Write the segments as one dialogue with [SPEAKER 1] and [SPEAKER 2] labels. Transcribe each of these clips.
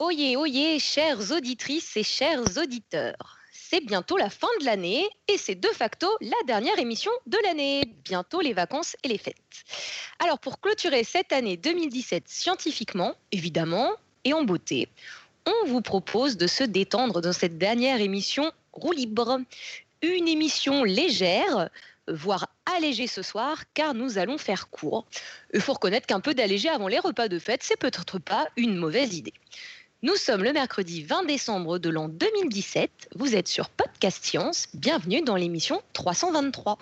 [SPEAKER 1] Oyez, oyez, chères auditrices et chers auditeurs. C'est bientôt la fin de l'année et c'est de facto la dernière émission de l'année. Bientôt les vacances et les fêtes. Alors pour clôturer cette année 2017 scientifiquement, évidemment, et en beauté, on vous propose de se détendre dans cette dernière émission roue libre. Une émission légère, voire allégée ce soir, car nous allons faire court. Il faut reconnaître qu'un peu d'allégé avant les repas de fête, c'est peut-être pas une mauvaise idée. Nous sommes le mercredi 20 décembre de l'an 2017. Vous êtes sur Podcast Science. Bienvenue dans l'émission 323.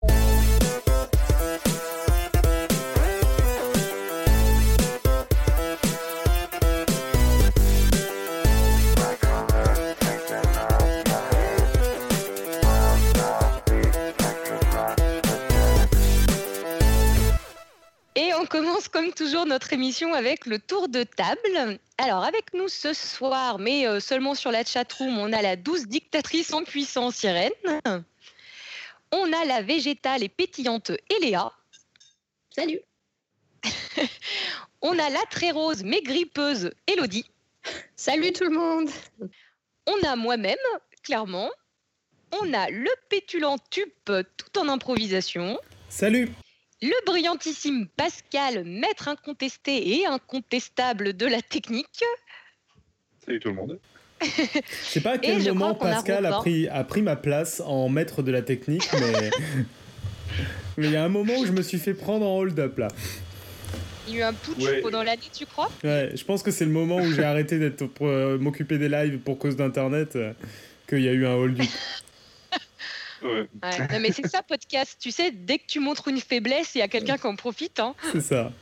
[SPEAKER 1] Et on commence comme toujours notre émission avec le tour de table. Alors avec nous ce soir, mais seulement sur la chatroom, on a la douce dictatrice en puissance Irène. On a la végétale et pétillante Eléa.
[SPEAKER 2] Salut.
[SPEAKER 1] On a la très rose mais grippeuse Élodie.
[SPEAKER 2] Salut tout le monde.
[SPEAKER 1] On a moi-même, clairement. On a le pétulant Tup tout en improvisation.
[SPEAKER 3] Salut.
[SPEAKER 1] Le brillantissime Pascal, maître incontesté et incontestable de la technique.
[SPEAKER 4] Salut tout le monde.
[SPEAKER 3] Je sais pas à quel moment Pascal a pris ma place en maître de la technique, mais il y a un moment où je me suis fait prendre en hold-up là.
[SPEAKER 1] Il y a eu un putsch pendant l'année, tu crois ?
[SPEAKER 3] Ouais, je pense que c'est le moment où j'ai arrêté pour m'occuper des lives pour cause d'internet qu'il y a eu un hold-up.
[SPEAKER 4] Ouais.
[SPEAKER 1] Non, mais c'est ça, podcast. Tu sais, dès que tu montres une faiblesse, il y a quelqu'un qui en profite. Hein.
[SPEAKER 3] C'est ça.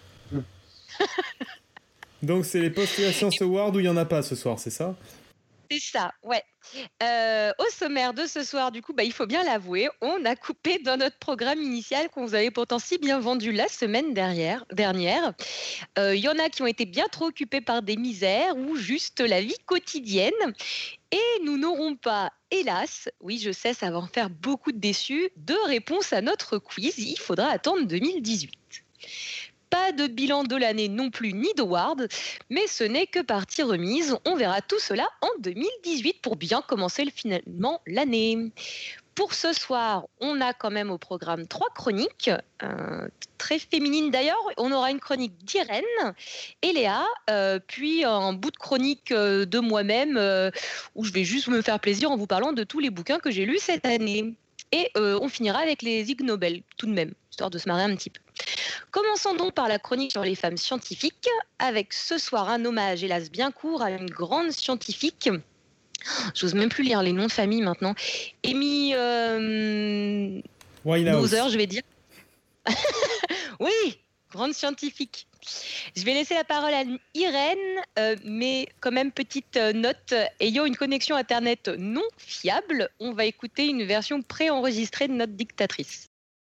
[SPEAKER 3] Donc, c'est les Post Science Awards où il n'y en a pas ce soir, c'est ça ?
[SPEAKER 1] C'est ça, ouais. Au sommaire de ce soir, du coup, il faut bien l'avouer, on a coupé dans notre programme initial qu'on vous avait pourtant si bien vendu la semaine dernière. Il y en a qui ont été bien trop occupés par des misères ou juste la vie quotidienne. Et nous n'aurons pas, hélas, oui je sais, ça va en faire beaucoup de déçus, de réponse à notre quiz. Il faudra attendre 2018. Pas de bilan de l'année non plus, ni d'award, mais ce n'est que partie remise. On verra tout cela en 2018 pour bien commencer finalement l'année. Pour ce soir, on a quand même au programme 3 chroniques, très féminines d'ailleurs. On aura une chronique d'Irène, Eléa, puis un bout de chronique de moi-même, où je vais juste me faire plaisir en vous parlant de tous les bouquins que j'ai lus cette année. Et on finira avec les Ig Nobel, tout de même, histoire de se marrer un petit peu. Commençons donc par la chronique sur les femmes scientifiques, avec ce soir un hommage, hélas bien court, à une grande scientifique. J'ose même plus lire les noms de famille maintenant. Amy Moser, je vais dire. Oui, grande scientifique. Je vais laisser la parole à Irène, mais quand même petite note, ayant une connexion Internet non fiable, on va écouter une version préenregistrée de notre dictatrice.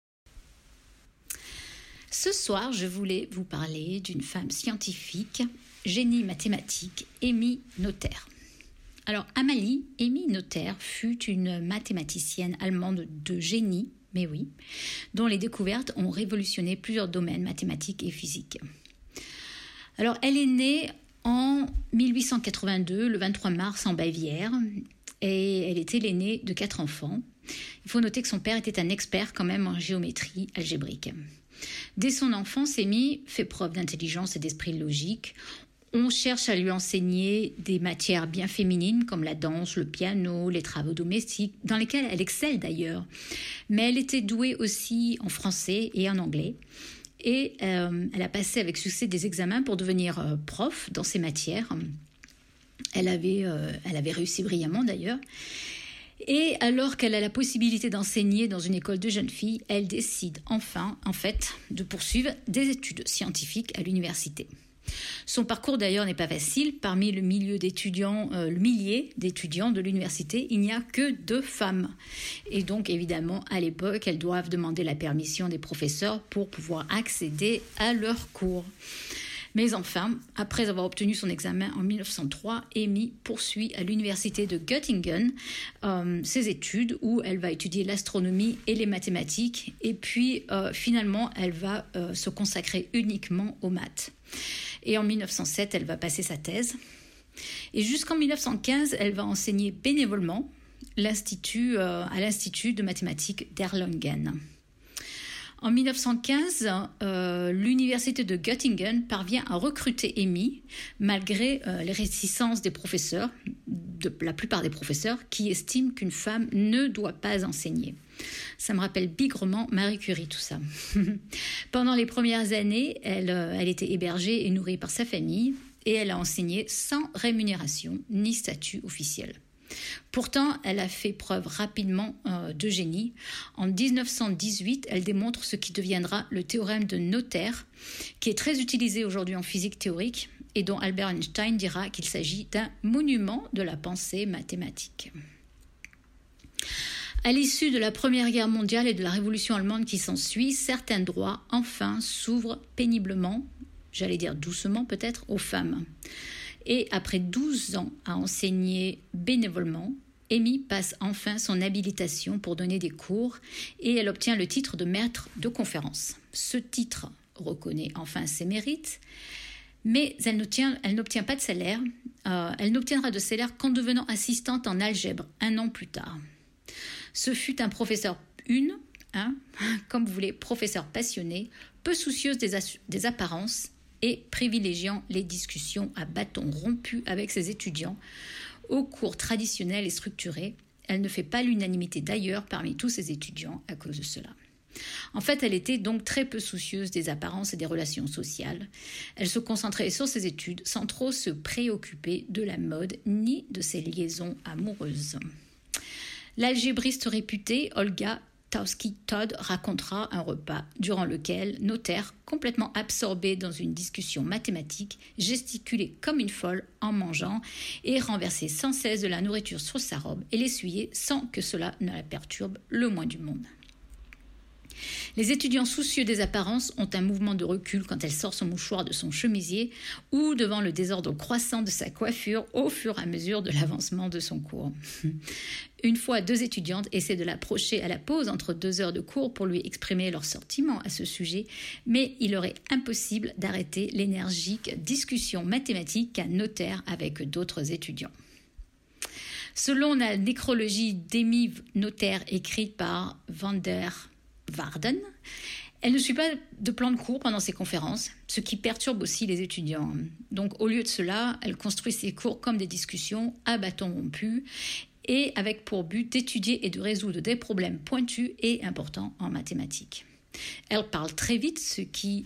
[SPEAKER 2] Ce soir, je voulais vous parler d'une femme scientifique, génie mathématique, Amy Noether. Alors, Amalie Amy Noether fut une mathématicienne allemande de génie, mais oui, dont les découvertes ont révolutionné plusieurs domaines mathématiques et physiques. Alors, elle est née en 1882, le 23 mars, en Bavière, et elle était l'aînée de 4 enfants. Il faut noter que son père était un expert quand même en géométrie algébrique. Dès son enfance, Amy fait preuve d'intelligence et d'esprit logique. On cherche à lui enseigner des matières bien féminines comme la danse, le piano, les travaux domestiques, dans lesquels elle excelle d'ailleurs. Mais elle était douée aussi en français et en anglais. Et elle a passé avec succès des examens pour devenir prof dans ces matières. Elle avait réussi brillamment d'ailleurs. Et alors qu'elle a la possibilité d'enseigner dans une école de jeunes filles, elle décide enfin, de poursuivre des études scientifiques à l'université. Son parcours d'ailleurs n'est pas facile. Parmi le millier d'étudiants de l'université, il n'y a que 2 femmes. Et donc évidemment, à l'époque, elles doivent demander la permission des professeurs pour pouvoir accéder à leurs cours. Mais enfin, après avoir obtenu son examen en 1903, Amy poursuit à l'université de Göttingen ses études où elle va étudier l'astronomie et les mathématiques. Et puis finalement, elle va se consacrer uniquement aux maths. Et en 1907, elle va passer sa thèse. Et jusqu'en 1915, elle va enseigner bénévolement à l'Institut de mathématiques d'Erlangen. En 1915, l'université de Göttingen parvient à recruter Amy, malgré les réticences des professeurs, de la plupart des professeurs, qui estiment qu'une femme ne doit pas enseigner. Ça me rappelle bigrement Marie Curie, tout ça. Pendant les premières années, elle était hébergée et nourrie par sa famille, et elle a enseigné sans rémunération ni statut officiel. Pourtant, elle a fait preuve rapidement de génie. En 1918, elle démontre ce qui deviendra le théorème de Noether, qui est très utilisé aujourd'hui en physique théorique et dont Albert Einstein dira qu'il s'agit d'un monument de la pensée mathématique. À l'issue de la Première Guerre mondiale et de la Révolution allemande qui s'ensuit, certains droits, enfin, s'ouvrent péniblement, j'allais dire doucement peut-être, aux femmes. Et après 12 ans à enseigner bénévolement, Amy passe enfin son habilitation pour donner des cours et elle obtient le titre de maître de conférence. Ce titre reconnaît enfin ses mérites, mais elle n'obtient pas de salaire. Elle n'obtiendra de salaire qu'en devenant assistante en algèbre 1 an plus tard. Ce fut un professeur comme vous voulez, professeur passionné, peu soucieuse des apparences, et privilégiant les discussions à bâton rompu avec ses étudiants aux cours traditionnels et structurés. Elle ne fait pas l'unanimité d'ailleurs parmi tous ses étudiants à cause de cela. En fait, elle était donc très peu soucieuse des apparences et des relations sociales. Elle se concentrait sur ses études sans trop se préoccuper de la mode ni de ses liaisons amoureuses. L'algébriste réputée Olga Taussky-Todd racontera un repas durant lequel Noether, complètement absorbé dans une discussion mathématique, gesticulait comme une folle en mangeant et renversait sans cesse de la nourriture sur sa robe et l'essuyait sans que cela ne la perturbe le moins du monde. Les étudiants soucieux des apparences ont un mouvement de recul quand elle sort son mouchoir de son chemisier ou devant le désordre croissant de sa coiffure au fur et à mesure de l'avancement de son cours. Une fois, 2 étudiantes essaient de l'approcher à la pause entre 2 heures de cours pour lui exprimer leur sentiment à ce sujet, mais il leur est impossible d'arrêter l'énergique discussion mathématique qu'a Noether avec d'autres étudiants. Selon la nécrologie d'Amy Noether écrite par van der Waarden, elle ne suit pas de plan de cours pendant ses conférences, ce qui perturbe aussi les étudiants. Donc, au lieu de cela, elle construit ses cours comme des discussions à bâton rompu et avec pour but d'étudier et de résoudre des problèmes pointus et importants en mathématiques. Elle parle très vite, ce qui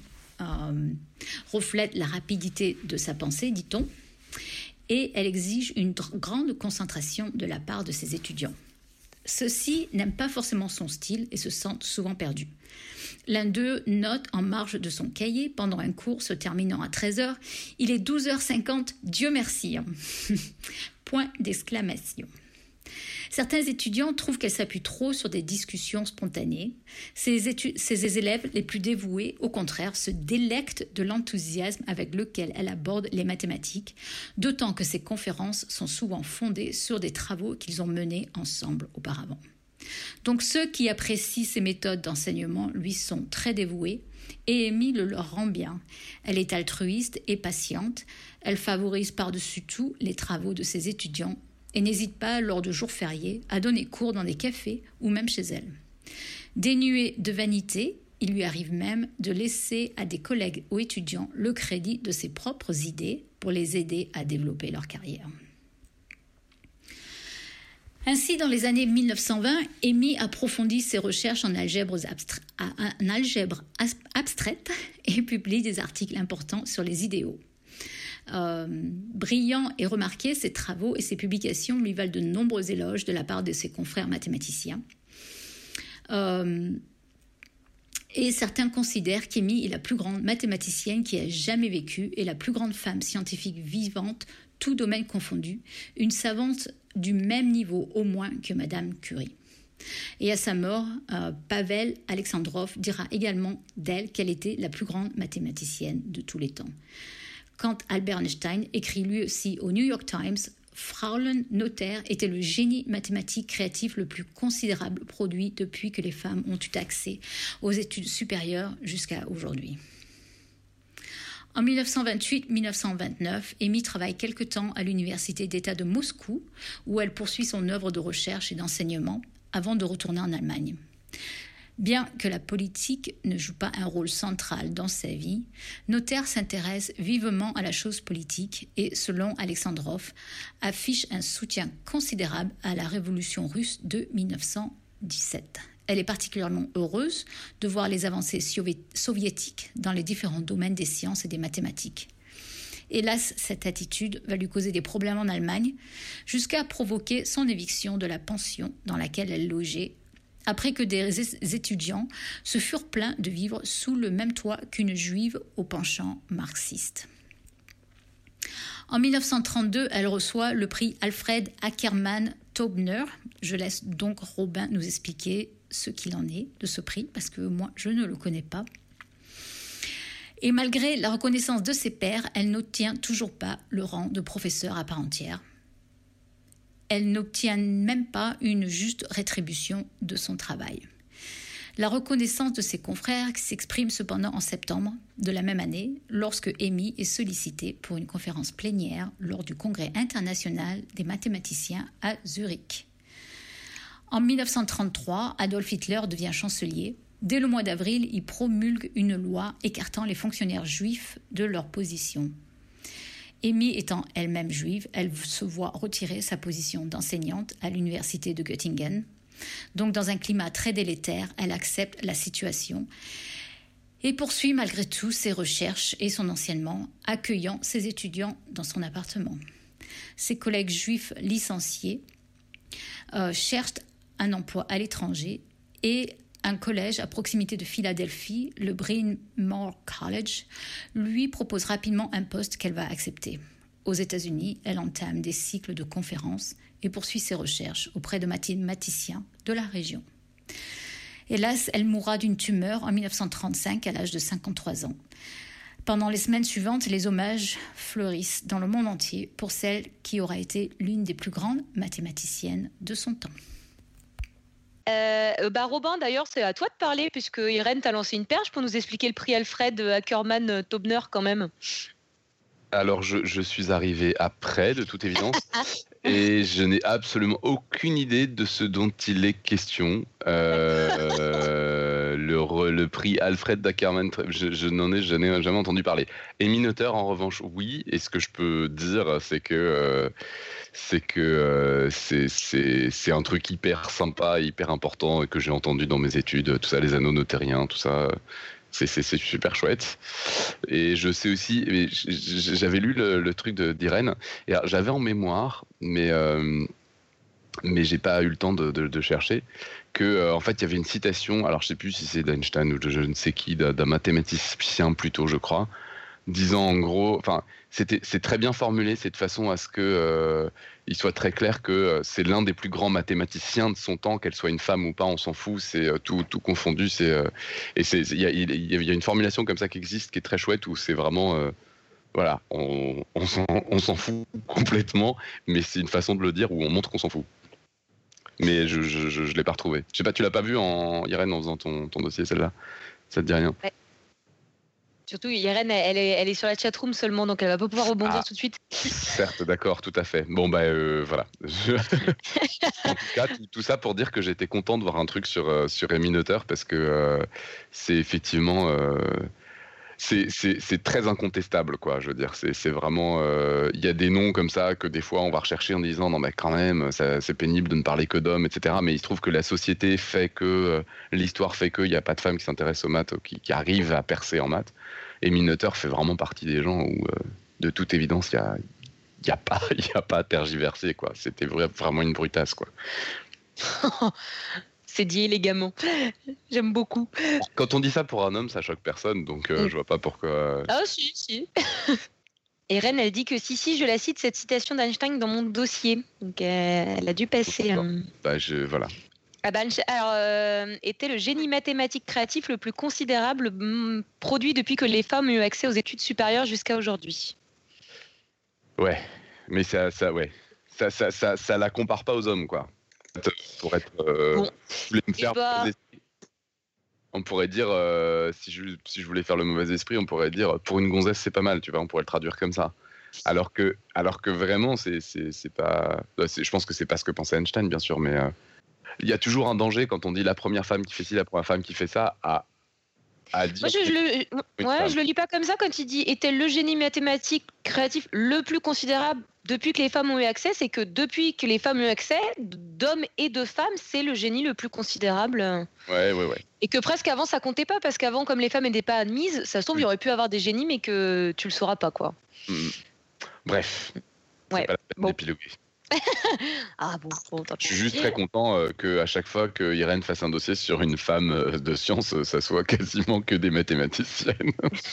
[SPEAKER 2] reflète la rapidité de sa pensée, dit-on, et elle exige une grande concentration de la part de ses étudiants. Ceux-ci n'aiment pas forcément son style et se sentent souvent perdus. L'un d'eux note en marge de son cahier, pendant un cours se terminant à 13h, « Il est 12h50, Dieu merci !» Point d'exclamation. Certains étudiants trouvent qu'elle s'appuie trop sur des discussions spontanées. Ces élèves les plus dévoués, au contraire, se délectent de l'enthousiasme avec lequel elle aborde les mathématiques, d'autant que ses conférences sont souvent fondées sur des travaux qu'ils ont menés ensemble auparavant. Donc ceux qui apprécient ses méthodes d'enseignement lui sont très dévoués et Amy le leur rend bien. Elle est altruiste et patiente. Elle favorise par-dessus tout les travaux de ses étudiants et n'hésite pas, lors de jours fériés, à donner cours dans des cafés ou même chez elle. Dénuée de vanité, il lui arrive même de laisser à des collègues ou étudiants le crédit de ses propres idées pour les aider à développer leur carrière. Ainsi, dans les années 1920, Amy approfondit ses recherches en algèbre abstraite et publie des articles importants sur les idéaux. Brillant et remarqué, ses travaux et ses publications lui valent de nombreux éloges de la part de ses confrères mathématiciens. Et certains considèrent qu'Amy est la plus grande mathématicienne qui ait jamais vécu et la plus grande femme scientifique vivante, tout domaine confondu, une savante du même niveau au moins que Madame Curie. Et à sa mort, Pavel Alexandrov dira également d'elle qu'elle était la plus grande mathématicienne de tous les temps. Quand Albert Einstein écrit lui aussi au New York Times, Fraulein Noether était le génie mathématique créatif le plus considérable produit depuis que les femmes ont eu accès aux études supérieures jusqu'à aujourd'hui. En 1928-1929, Amy travaille quelque temps à l'Université d'État de Moscou, où elle poursuit son œuvre de recherche et d'enseignement avant de retourner en Allemagne. Bien que la politique ne joue pas un rôle central dans sa vie, Noether s'intéresse vivement à la chose politique et, selon Alexandrov, affiche un soutien considérable à la révolution russe de 1917. Elle est particulièrement heureuse de voir les avancées soviétiques dans les différents domaines des sciences et des mathématiques. Hélas, cette attitude va lui causer des problèmes en Allemagne, jusqu'à provoquer son éviction de la pension dans laquelle elle logeait, après que des étudiants se furent plaints de vivre sous le même toit qu'une juive au penchant marxiste. En 1932, elle reçoit le prix Alfred Ackermann Taubner. Je laisse donc Robin nous expliquer ce qu'il en est de ce prix, parce que moi, je ne le connais pas. Et malgré la reconnaissance de ses pairs, elle n'obtient toujours pas le rang de professeur à part entière. Elle n'obtient même pas une juste rétribution de son travail. La reconnaissance de ses confrères s'exprime cependant en septembre de la même année, lorsque Amy est sollicitée pour une conférence plénière lors du Congrès international des mathématiciens à Zurich. En 1933, Adolf Hitler devient chancelier. Dès le mois d'avril, il promulgue une loi écartant les fonctionnaires juifs de leur position. Amy étant elle-même juive, elle se voit retirer sa position d'enseignante à l'université de Göttingen. Donc, dans un climat très délétère, elle accepte la situation et poursuit malgré tout ses recherches et son enseignement, accueillant ses étudiants dans son appartement. Ses collègues juifs licenciés cherchent un emploi à l'étranger et un collège à proximité de Philadelphie, le Bryn Mawr College, lui propose rapidement un poste qu'elle va accepter. Aux États-Unis, elle entame des cycles de conférences et poursuit ses recherches auprès de mathématiciens de la région. Hélas, elle mourra d'une tumeur en 1935 à l'âge de 53 ans. Pendant les semaines suivantes, les hommages fleurissent dans le monde entier pour celle qui aura été l'une des plus grandes mathématiciennes de son temps.
[SPEAKER 1] Robin, d'ailleurs, c'est à toi de parler, puisque Irène t'a lancé une perche pour nous expliquer le prix Alfred Ackermann Taubner quand même.
[SPEAKER 4] Alors, je suis arrivé après, de toute évidence, et je n'ai absolument aucune idée de ce dont il est question. Le prix Alfred Ackermann, je n'en ai jamais entendu parler. Amy Noether, en revanche, oui. Et ce que je peux dire, c'est que c'est un truc hyper sympa, hyper important que j'ai entendu dans mes études, tout ça, les anneaux noethériens, tout ça. C'est super chouette. Et je sais aussi, j'avais lu le truc d'Irène, et j'avais en mémoire, mais j'ai pas eu le temps de chercher, que en fait il y avait une citation, alors je sais plus si c'est d'Einstein ou de je ne sais qui, d'un mathématicien plutôt, je crois, disant en gros, enfin c'est très bien formulé, c'est de façon à ce que il soit très clair que c'est l'un des plus grands mathématiciens de son temps, qu'elle soit une femme ou pas, on s'en fout, c'est tout confondu, et il y a une formulation comme ça qui existe, qui est très chouette, où c'est vraiment voilà, on s'en fout complètement, mais c'est une façon de le dire où on montre qu'on s'en fout. Mais je l'ai pas retrouvé. Je sais pas, tu l'as pas vu Irène, en faisant ton dossier, celle-là? Ça te dit rien? Ouais.
[SPEAKER 1] Surtout, Irène, elle est sur la chatroom seulement, donc elle va pas pouvoir rebondir tout de suite.
[SPEAKER 4] Certes, d'accord, tout à fait. Bon, voilà. En tout cas, tout ça pour dire que j'étais content de voir un truc sur Amy Noether, parce que c'est effectivement... c'est très incontestable, quoi. Je veux dire, c'est vraiment... Il y a des noms comme ça que des fois on va rechercher en disant non mais quand même, c'est pénible de ne parler que d'hommes, etc. Mais il se trouve que la société fait que... l'histoire fait qu'il n'y a pas de femmes qui s'intéressent aux maths, qui arrivent à percer en maths. Et Amy Noether fait vraiment partie des gens où, de toute évidence, il y a pas à tergiverser, quoi. C'était vraiment une brutasse, quoi.
[SPEAKER 1] C'est dit élégamment. J'aime beaucoup.
[SPEAKER 4] Quand on dit ça pour un homme, ça choque personne, donc je vois pas pourquoi...
[SPEAKER 1] Ah si. Et Ren, elle dit que si, je la cite, cette citation d'Einstein dans mon dossier. Donc elle a dû passer...
[SPEAKER 4] Voilà.
[SPEAKER 1] Alors, était le génie mathématique créatif le plus considérable produit depuis que les femmes ont eu accès aux études supérieures jusqu'à aujourd'hui.
[SPEAKER 4] Ouais, mais ça la compare pas aux hommes, quoi. Pour être...
[SPEAKER 1] bon.
[SPEAKER 4] me faire on pourrait dire, si je voulais faire le mauvais esprit, on pourrait dire pour une gonzesse c'est pas mal, tu vois, on pourrait le traduire comme ça. Alors que vraiment c'est pas, je pense que c'est pas ce que pensait Einstein bien sûr, mais il y a toujours un danger quand on dit la première femme qui fait ci, la première femme qui fait ça, à dire.
[SPEAKER 1] Moi, je le lis pas comme ça quand il dit était le génie mathématique créatif le plus considérable depuis que les femmes ont eu accès. C'est que depuis que les femmes ont eu accès, d'hommes et de femmes, c'est le génie le plus considérable.
[SPEAKER 4] Ouais.
[SPEAKER 1] Et que presque avant ça comptait pas, parce qu'avant, comme les femmes n'étaient pas admises, ça se trouve il y aurait pu avoir des génies, mais que tu le sauras pas, quoi.
[SPEAKER 4] Bref.
[SPEAKER 1] Ouais.
[SPEAKER 4] C'est pas la peine d'épiloguer.
[SPEAKER 1] Ah bon,
[SPEAKER 4] je suis juste très content qu'à chaque fois que Irène fasse un dossier sur une femme de science, ça soit quasiment que des mathématiciennes.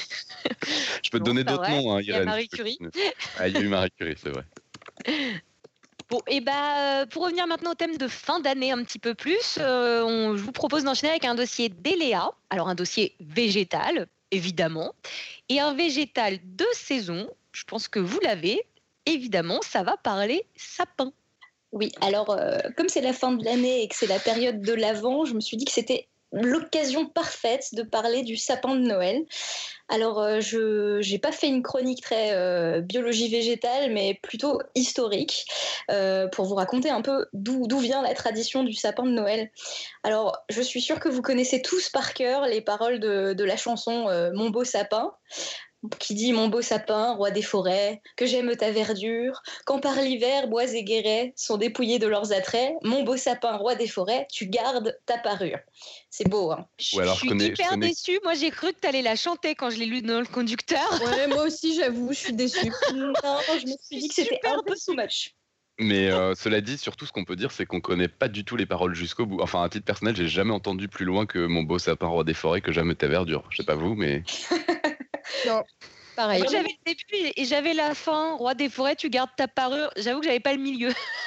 [SPEAKER 4] Je peux te donner d'autres noms, hein, Irène.
[SPEAKER 1] Il y a Marie Curie.
[SPEAKER 4] Il y a eu Marie Curie, c'est vrai.
[SPEAKER 1] Bon, et pour revenir maintenant au thème de fin d'année un petit peu plus, je vous propose d'enchaîner avec un dossier d'Eléa. Alors un dossier végétal, évidemment, et un végétal de saison. Je pense que vous l'avez. Évidemment, ça va parler sapin.
[SPEAKER 5] Oui, alors comme c'est la fin de l'année et que c'est la période de l'Avent, je me suis dit que c'était l'occasion parfaite de parler du sapin de Noël. Alors, je n'ai pas fait une chronique très biologie végétale, mais plutôt historique, pour vous raconter un peu d'où vient la tradition du sapin de Noël. Alors, je suis sûre que vous connaissez tous par cœur les paroles de la chanson « Mon beau sapin », qui dit « Mon beau sapin, roi des forêts, que j'aime ta verdure, quand par l'hiver, bois et guérets sont dépouillés de leurs attraits, mon beau sapin, roi des forêts, tu gardes ta parure. » C'est beau, hein.
[SPEAKER 1] Je suis hyper déçue. Moi, j'ai cru que tu allais la chanter quand je l'ai lu dans le conducteur.
[SPEAKER 5] Ouais, moi aussi, j'avoue, je suis déçue. Non, je me suis dit que c'était un peu too much.
[SPEAKER 4] Mais cela dit, surtout, ce qu'on peut dire, c'est qu'on connaît pas du tout les paroles jusqu'au bout. Enfin, à titre personnel, j'ai jamais entendu plus loin que mon beau sapin, roi des forêts, que j'aime ta verdure. Je sais pas vous, mais...
[SPEAKER 1] Non, pareil. Moi, j'avais le début et j'avais la fin. Roi des forêts, tu gardes ta parure. J'avoue que j'avais pas le milieu.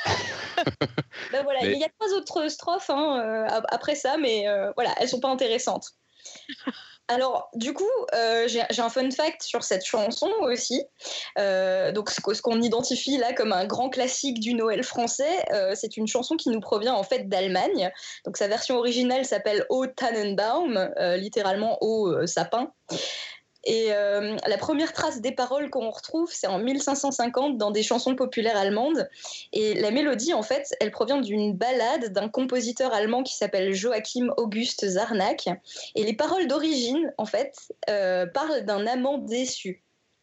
[SPEAKER 5] Ben voilà, il y a 3 autres strophes après ça, mais voilà, elles sont pas intéressantes. Alors, du coup, j'ai un fun fact sur cette chanson aussi. Donc, ce qu'on identifie là comme un grand classique du Noël français, c'est une chanson qui nous provient en fait d'Allemagne. Donc, sa version originale s'appelle O Tannenbaum, littéralement Au sapin. Et la première trace des paroles qu'on retrouve, c'est en 1550 dans des chansons populaires allemandes. Et la mélodie, en fait, elle provient d'une ballade d'un compositeur allemand qui s'appelle Joachim August Zarnack. Et les paroles d'origine, en fait, parlent d'un amant déçu.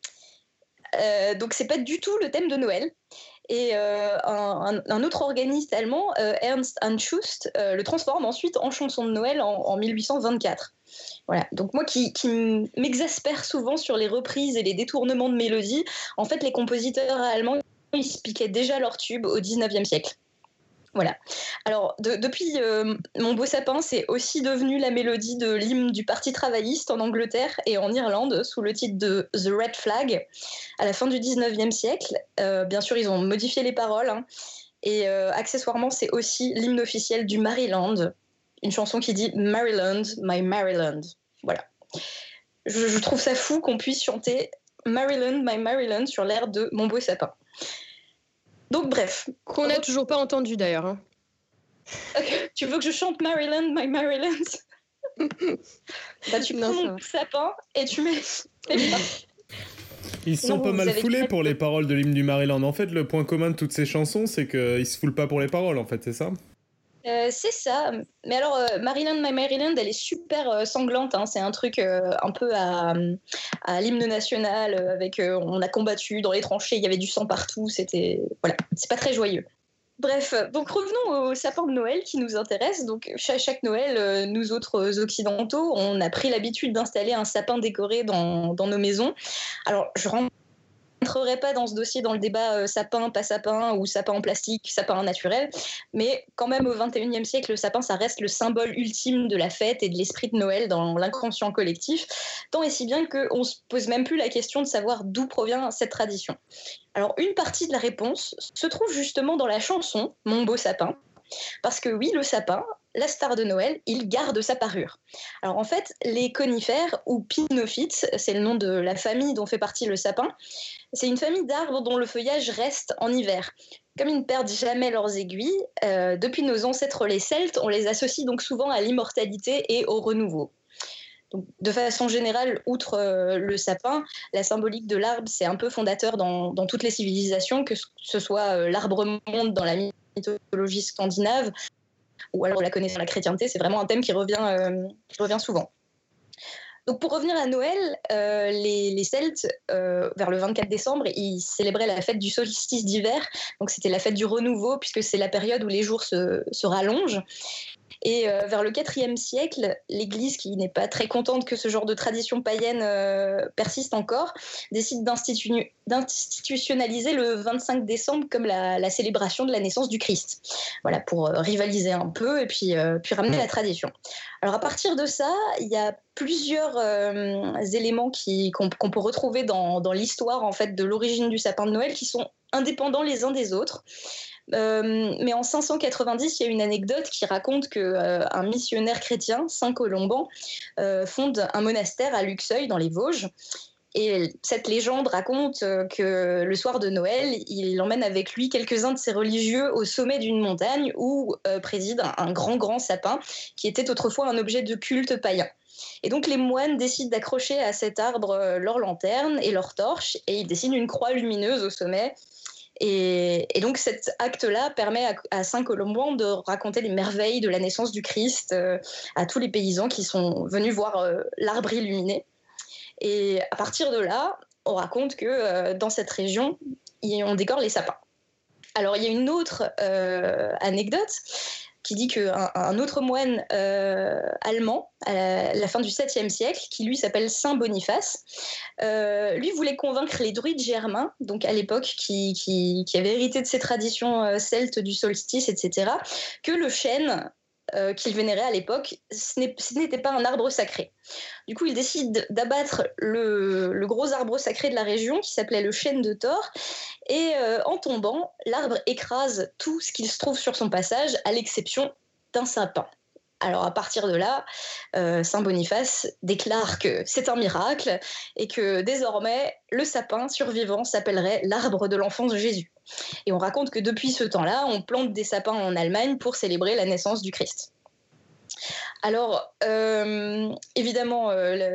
[SPEAKER 5] Donc, c'est pas du tout le thème de Noël. Et un autre organiste allemand, Ernst Anschust, le transforme ensuite en chanson de Noël en 1824. Voilà. Donc moi qui m'exaspère souvent sur les reprises et les détournements de mélodies, en fait les compositeurs allemands, ils se piquaient déjà leur tube au 19e siècle. Voilà. Alors, depuis Mon beau sapin, c'est aussi devenu la mélodie de l'hymne du Parti travailliste en Angleterre et en Irlande sous le titre de The Red Flag à la fin du 19e siècle. Bien sûr, ils ont modifié les paroles. Hein, et accessoirement, c'est aussi l'hymne officiel du Maryland. Une chanson qui dit « Maryland, my Maryland ». Voilà. Je trouve ça fou qu'on puisse chanter « Maryland, my Maryland » sur l'air de Mon beau sapin. Donc bref.
[SPEAKER 6] Qu'on n'a toujours pas entendu d'ailleurs. Hein.
[SPEAKER 5] Okay. Tu veux que je chante Maryland, my Maryland? Bah tu prends mon sapin et tu mets...
[SPEAKER 3] Ils se sont pas mal foulés pour les paroles de l'hymne du Maryland. En fait, le point commun de toutes ces chansons, c'est qu'ils se foulent pas pour les paroles, en fait, c'est ça?
[SPEAKER 5] C'est ça. Mais alors, Maryland, my Maryland, elle est super sanglante. Hein. C'est un truc un peu à l'hymne national, avec on a combattu dans les tranchées, il y avait du sang partout. Voilà, c'est pas très joyeux. Bref, donc revenons au sapin de Noël qui nous intéresse. Donc chaque Noël, nous autres occidentaux, on a pris l'habitude d'installer un sapin décoré dans nos maisons. Alors, je rentrerai pas dans ce dossier dans le débat sapin, pas sapin, ou sapin en plastique, sapin naturel, mais quand même au XXIe siècle, le sapin, ça reste le symbole ultime de la fête et de l'esprit de Noël dans l'inconscient collectif, tant et si bien qu'on se pose même plus la question de savoir d'où provient cette tradition. Alors, une partie de la réponse se trouve justement dans la chanson « Mon beau sapin », parce que oui, le sapin, la star de Noël, il garde sa parure. Alors en fait, les conifères, ou pinophytes, c'est le nom de la famille dont fait partie le sapin, c'est une famille d'arbres dont le feuillage reste en hiver. Comme ils ne perdent jamais leurs aiguilles, depuis nos ancêtres les Celtes, on les associe donc souvent à l'immortalité et au renouveau. Donc, de façon générale, outre le sapin, la symbolique de l'arbre, c'est un peu fondateur dans toutes les civilisations, que ce soit l'arbre-monde dans la mythologie scandinave, ou alors la connaissance de la chrétienté, c'est vraiment un thème qui revient souvent. Donc pour revenir à Noël, les Celtes, vers le 24 décembre, ils célébraient la fête du solstice d'hiver. Donc c'était la fête du renouveau, puisque c'est la période où les jours se rallongent. Et vers le IVe siècle, l'Église, qui n'est pas très contente que ce genre de tradition païenne persiste encore, décide d'institutionnaliser le 25 décembre comme la célébration de la naissance du Christ. Voilà, pour rivaliser un peu et puis ramener la tradition. Alors à partir de ça, il y a plusieurs éléments qu'on peut retrouver dans l'histoire en fait, de l'origine du sapin de Noël qui sont indépendants les uns des autres. Mais en 590, il y a une anecdote qui raconte qu'un missionnaire chrétien, Saint Colomban, fonde un monastère à Luxeuil, dans les Vosges. Et cette légende raconte que le soir de Noël, il emmène avec lui quelques-uns de ses religieux au sommet d'une montagne où préside un grand sapin qui était autrefois un objet de culte païen. Et donc les moines décident d'accrocher à cet arbre leurs lanternes et leurs torches et ils dessinent une croix lumineuse au sommet. Et donc cet acte-là permet à Saint Colomban de raconter les merveilles de la naissance du Christ à tous les paysans qui sont venus voir l'arbre illuminé. Et à partir de là, on raconte que dans cette région, on décore les sapins. Alors il y a une autre anecdote qui dit qu'un autre moine allemand, à la fin du 7e siècle, qui lui s'appelle Saint Boniface, lui voulait convaincre les druides germains, donc à l'époque qui avaient hérité de ces traditions celtes du solstice, etc., que le chêne qu'il vénérait à l'époque, ce n'était pas un arbre sacré. Du coup, il décide d'abattre le gros arbre sacré de la région, qui s'appelait le chêne de Thor, et en tombant, l'arbre écrase tout ce qu'il se trouve sur son passage, à l'exception d'un sapin. Alors à partir de là, Saint Boniface déclare que c'est un miracle et que désormais, le sapin survivant s'appellerait l'arbre de l'enfance de Jésus. Et on raconte que depuis ce temps-là, on plante des sapins en Allemagne pour célébrer la naissance du Christ. Alors, évidemment,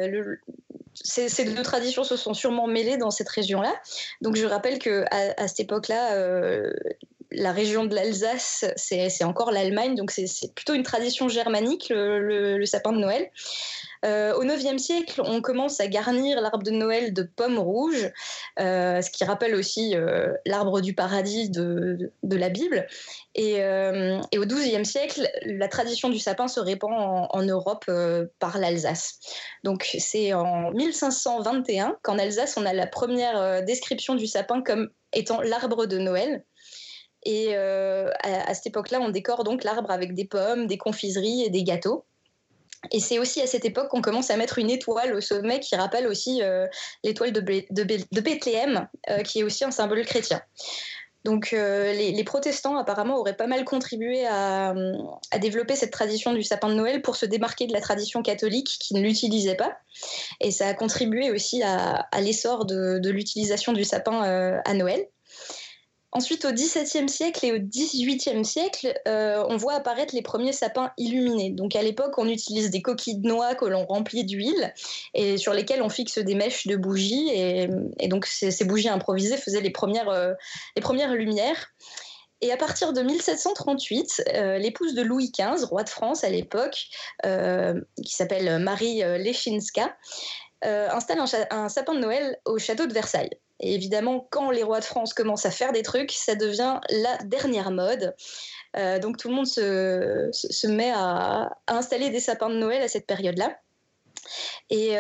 [SPEAKER 5] ces deux traditions se sont sûrement mêlées dans cette région-là. Donc je rappelle qu'à cette époque-là, la région de l'Alsace, c'est encore l'Allemagne, donc c'est plutôt une tradition germanique, le sapin de Noël. Au IXe siècle, on commence à garnir l'arbre de Noël de pommes rouges, ce qui rappelle aussi l'arbre du paradis de la Bible. Et au XIIe siècle, la tradition du sapin se répand en Europe par l'Alsace. Donc c'est en 1521 qu'en Alsace, on a la première description du sapin comme étant l'arbre de Noël. Et à cette époque-là, on décore donc l'arbre avec des pommes, des confiseries et des gâteaux. Et c'est aussi à cette époque qu'on commence à mettre une étoile au sommet qui rappelle aussi l'étoile de Bethléem, qui est aussi un symbole chrétien. Donc les protestants apparemment auraient pas mal contribué à développer cette tradition du sapin de Noël pour se démarquer de la tradition catholique qui ne l'utilisait pas. Et ça a contribué aussi à l'essor de l'utilisation du sapin à Noël. Ensuite, au XVIIe siècle et au XVIIIe siècle, on voit apparaître les premiers sapins illuminés. Donc à l'époque, on utilise des coquilles de noix que l'on remplit d'huile et sur lesquelles on fixe des mèches de bougies. Et donc ces bougies improvisées faisaient les premières lumières. Et à partir de 1738, l'épouse de Louis XV, roi de France à l'époque, qui s'appelle Marie Leczinska, installe un sapin de Noël au château de Versailles. Et évidemment, quand les rois de France commencent à faire des trucs, ça devient la dernière mode. Donc tout le monde se met à installer des sapins de Noël à cette période-là. Et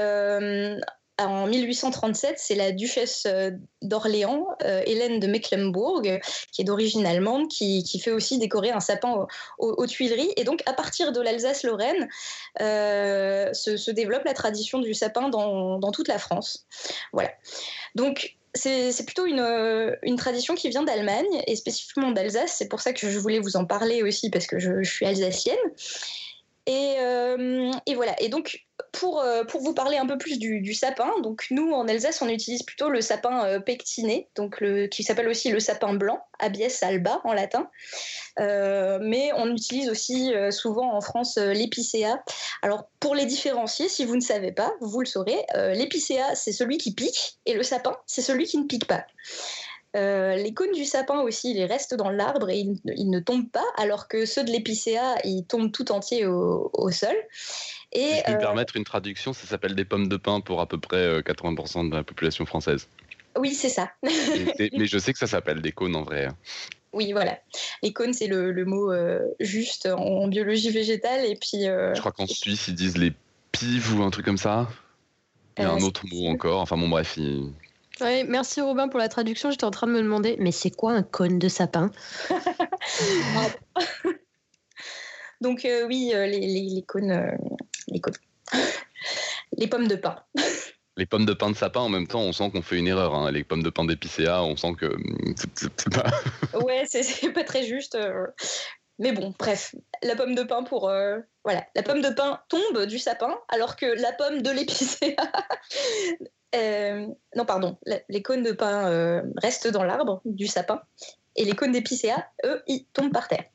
[SPEAKER 5] en 1837, c'est la duchesse d'Orléans, Hélène de Mecklembourg, qui est d'origine allemande, qui fait aussi décorer un sapin aux Tuileries. Et donc, à partir de l'Alsace-Lorraine, se développe la tradition du sapin dans toute la France. Voilà. Donc, c'est plutôt une tradition qui vient d'Allemagne, et spécifiquement d'Alsace. C'est pour ça que je voulais vous en parler aussi, parce que je suis alsacienne. Et voilà. Et donc, pour vous parler un peu plus du sapin, donc nous en Alsace on utilise plutôt le sapin pectiné, donc qui s'appelle aussi le sapin blanc, Abies alba en latin, mais on utilise aussi souvent en France l'épicéa. Alors pour les différencier, si vous ne savez pas, vous le saurez, l'épicéa c'est celui qui pique et le sapin c'est celui qui ne pique pas. Les cônes du sapin aussi, ils restent dans l'arbre et ils ne tombent pas, alors que ceux de l'épicéa, ils tombent tout entiers au sol. Et,
[SPEAKER 4] si je peux me permettre une traduction, ça s'appelle des pommes de pin pour à peu près 80% de la population française.
[SPEAKER 5] Oui, c'est ça.
[SPEAKER 4] Mais je sais que ça s'appelle des cônes en vrai.
[SPEAKER 5] Oui, voilà. Les cônes, c'est le mot juste en biologie végétale. Et puis,
[SPEAKER 4] je crois qu'en Suisse, ils disent les pives ou un truc comme ça. Il y a un autre mot encore. Enfin bon, bref.
[SPEAKER 6] Oui, merci Robin pour la traduction. J'étais en train de me demander, mais c'est quoi un cône de sapin?
[SPEAKER 5] Donc oui, les cônes, les pommes de pin.
[SPEAKER 4] Les pommes de pin de sapin, en même temps, on sent qu'on fait une erreur. Hein. Les pommes de pin d'épicéa, on sent que c'est pas...
[SPEAKER 5] Ouais, c'est pas très juste. Mais bon, bref, la pomme de pin pour... voilà, la pomme de pin tombe du sapin, alors que la pomme de l'épicéa... non, pardon, les cônes de pin restent dans l'arbre du sapin et les cônes d'épicéa, eux, ils tombent par terre.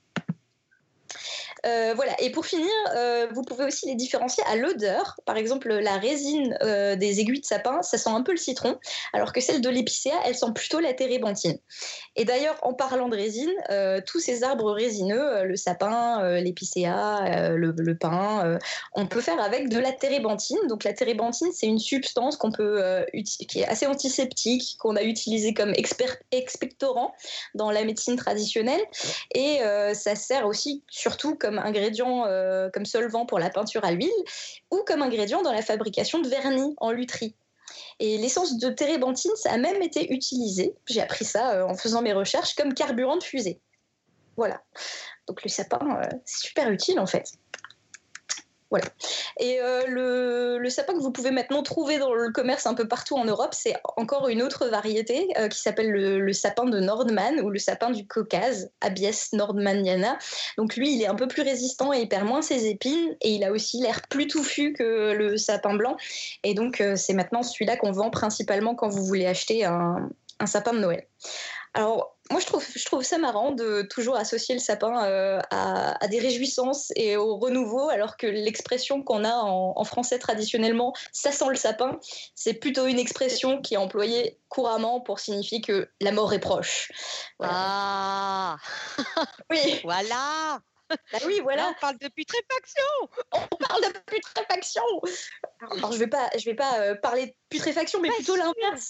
[SPEAKER 5] Voilà. Et pour finir, vous pouvez aussi les différencier à l'odeur. Par exemple, la résine des aiguilles de sapin, ça sent un peu le citron, alors que celle de l'épicéa, elle sent plutôt la térébenthine. Et d'ailleurs, en parlant de résine, tous ces arbres résineux, le sapin, l'épicéa, le pin, on peut faire avec de la térébenthine. Donc la térébenthine, c'est une substance qui est assez antiseptique, qu'on a utilisée comme expectorant dans la médecine traditionnelle, et ça sert aussi surtout comme ingrédient, comme solvant pour la peinture à l'huile, ou comme ingrédient dans la fabrication de vernis en lutherie. Et l'essence de térébenthine, ça a même été utilisé, j'ai appris ça en faisant mes recherches, comme carburant de fusée. Voilà. Donc le sapin, c'est super utile en fait. Voilà. Et le sapin que vous pouvez maintenant trouver dans le commerce un peu partout en Europe, c'est encore une autre variété qui s'appelle le sapin de Nordman ou le sapin du Caucase, Abies nordmanniana. Donc lui, il est un peu plus résistant et il perd moins ses épines et il a aussi l'air plus touffu que le sapin blanc. Et donc c'est maintenant celui-là qu'on vend principalement quand vous voulez acheter un sapin de Noël. Alors, moi, je trouve ça marrant de toujours associer le sapin à des réjouissances et au renouveau, alors que l'expression qu'on a en français traditionnellement, ça sent le sapin, c'est plutôt une expression qui est employée couramment pour signifier que la mort est proche.
[SPEAKER 1] Voilà. Ah
[SPEAKER 5] oui.
[SPEAKER 1] Voilà.
[SPEAKER 5] Bah oui, voilà.
[SPEAKER 1] Là, on parle de putréfaction.
[SPEAKER 5] On parle de putréfaction. Alors, je vais pas parler de putréfaction, mais plutôt l'inverse.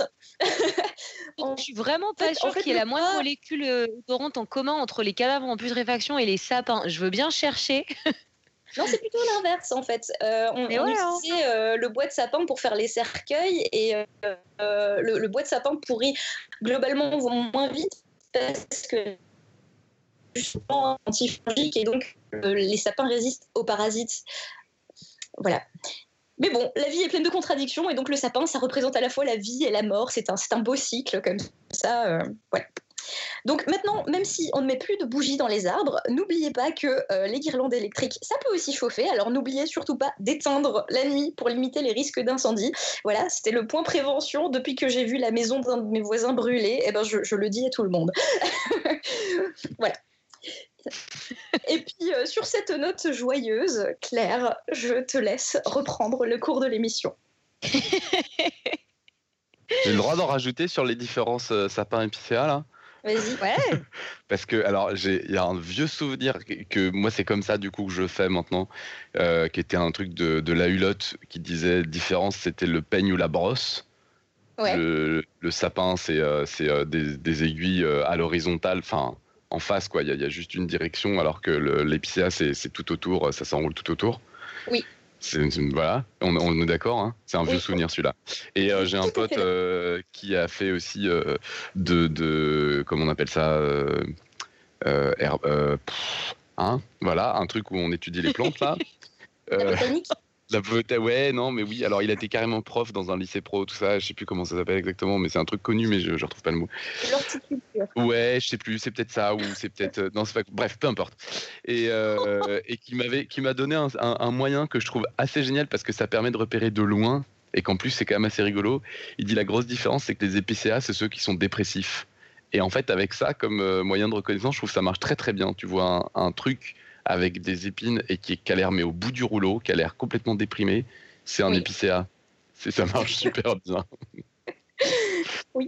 [SPEAKER 1] Je suis vraiment pas sûre qu'il y ait la moindre molécule odorante en commun entre les cadavres en putréfaction et les sapins. Je veux bien chercher.
[SPEAKER 5] Non, c'est plutôt l'inverse en fait. On utilisait le bois de sapin pour faire les cercueils et le bois de sapin pourrit globalement moins vite parce que justement antifongique et donc les sapins résistent aux parasites. Voilà. Mais bon, la vie est pleine de contradictions et donc le sapin, ça représente à la fois la vie et la mort. C'est un beau cycle comme ça. Ouais. Donc maintenant, même si on ne met plus de bougies dans les arbres, n'oubliez pas que les guirlandes électriques, ça peut aussi chauffer. Alors n'oubliez surtout pas d'éteindre la nuit pour limiter les risques d'incendie. Voilà, c'était le point prévention. Depuis que j'ai vu la maison d'un de mes voisins brûler, eh ben je le dis à tout le monde. Voilà. Et puis sur cette note joyeuse, Claire, je te laisse reprendre le cours de l'émission.
[SPEAKER 4] J'ai le droit d'en rajouter sur les différences sapins épicéa là?
[SPEAKER 5] Vas-y.
[SPEAKER 1] Ouais.
[SPEAKER 4] Parce que alors il y a un vieux souvenir que moi c'est comme ça du coup que je fais maintenant, qui était un truc de la Hulotte qui disait différence c'était le peigne ou la brosse.
[SPEAKER 5] Ouais.
[SPEAKER 4] Le sapin c'est des aiguilles à l'horizontale, enfin en face quoi, il y a juste une direction alors que l'épicéa c'est tout autour, ça s'enroule tout autour.
[SPEAKER 5] Oui.
[SPEAKER 4] Voilà, on est d'accord, hein, c'est un vieux souvenir celui-là. Et j'ai un pote qui a fait aussi comment on appelle ça, voilà, un truc où on étudie les plantes là.
[SPEAKER 5] La botanique.
[SPEAKER 4] Ouais, non, mais oui. Alors, il a été carrément prof dans un lycée pro, tout ça. Je sais plus comment ça s'appelle exactement, mais c'est un truc connu, mais je retrouve pas le mot.
[SPEAKER 5] L'horticulture.
[SPEAKER 4] Ouais, je sais plus. C'est peut-être ça, ou c'est peut-être. Non, c'est pas. Bref, peu importe. Et qui m'a donné un moyen que je trouve assez génial parce que ça permet de repérer de loin et qu'en plus c'est quand même assez rigolo. Il dit la grosse différence, c'est que les épicéas, c'est ceux qui sont dépressifs. Et en fait, avec ça comme moyen de reconnaissance, je trouve que ça marche très très bien. Tu vois un truc avec des épines et qui a l'air mais au bout du rouleau, qui a l'air complètement déprimé, c'est un épicéa. Ça marche super bien.
[SPEAKER 5] Oui.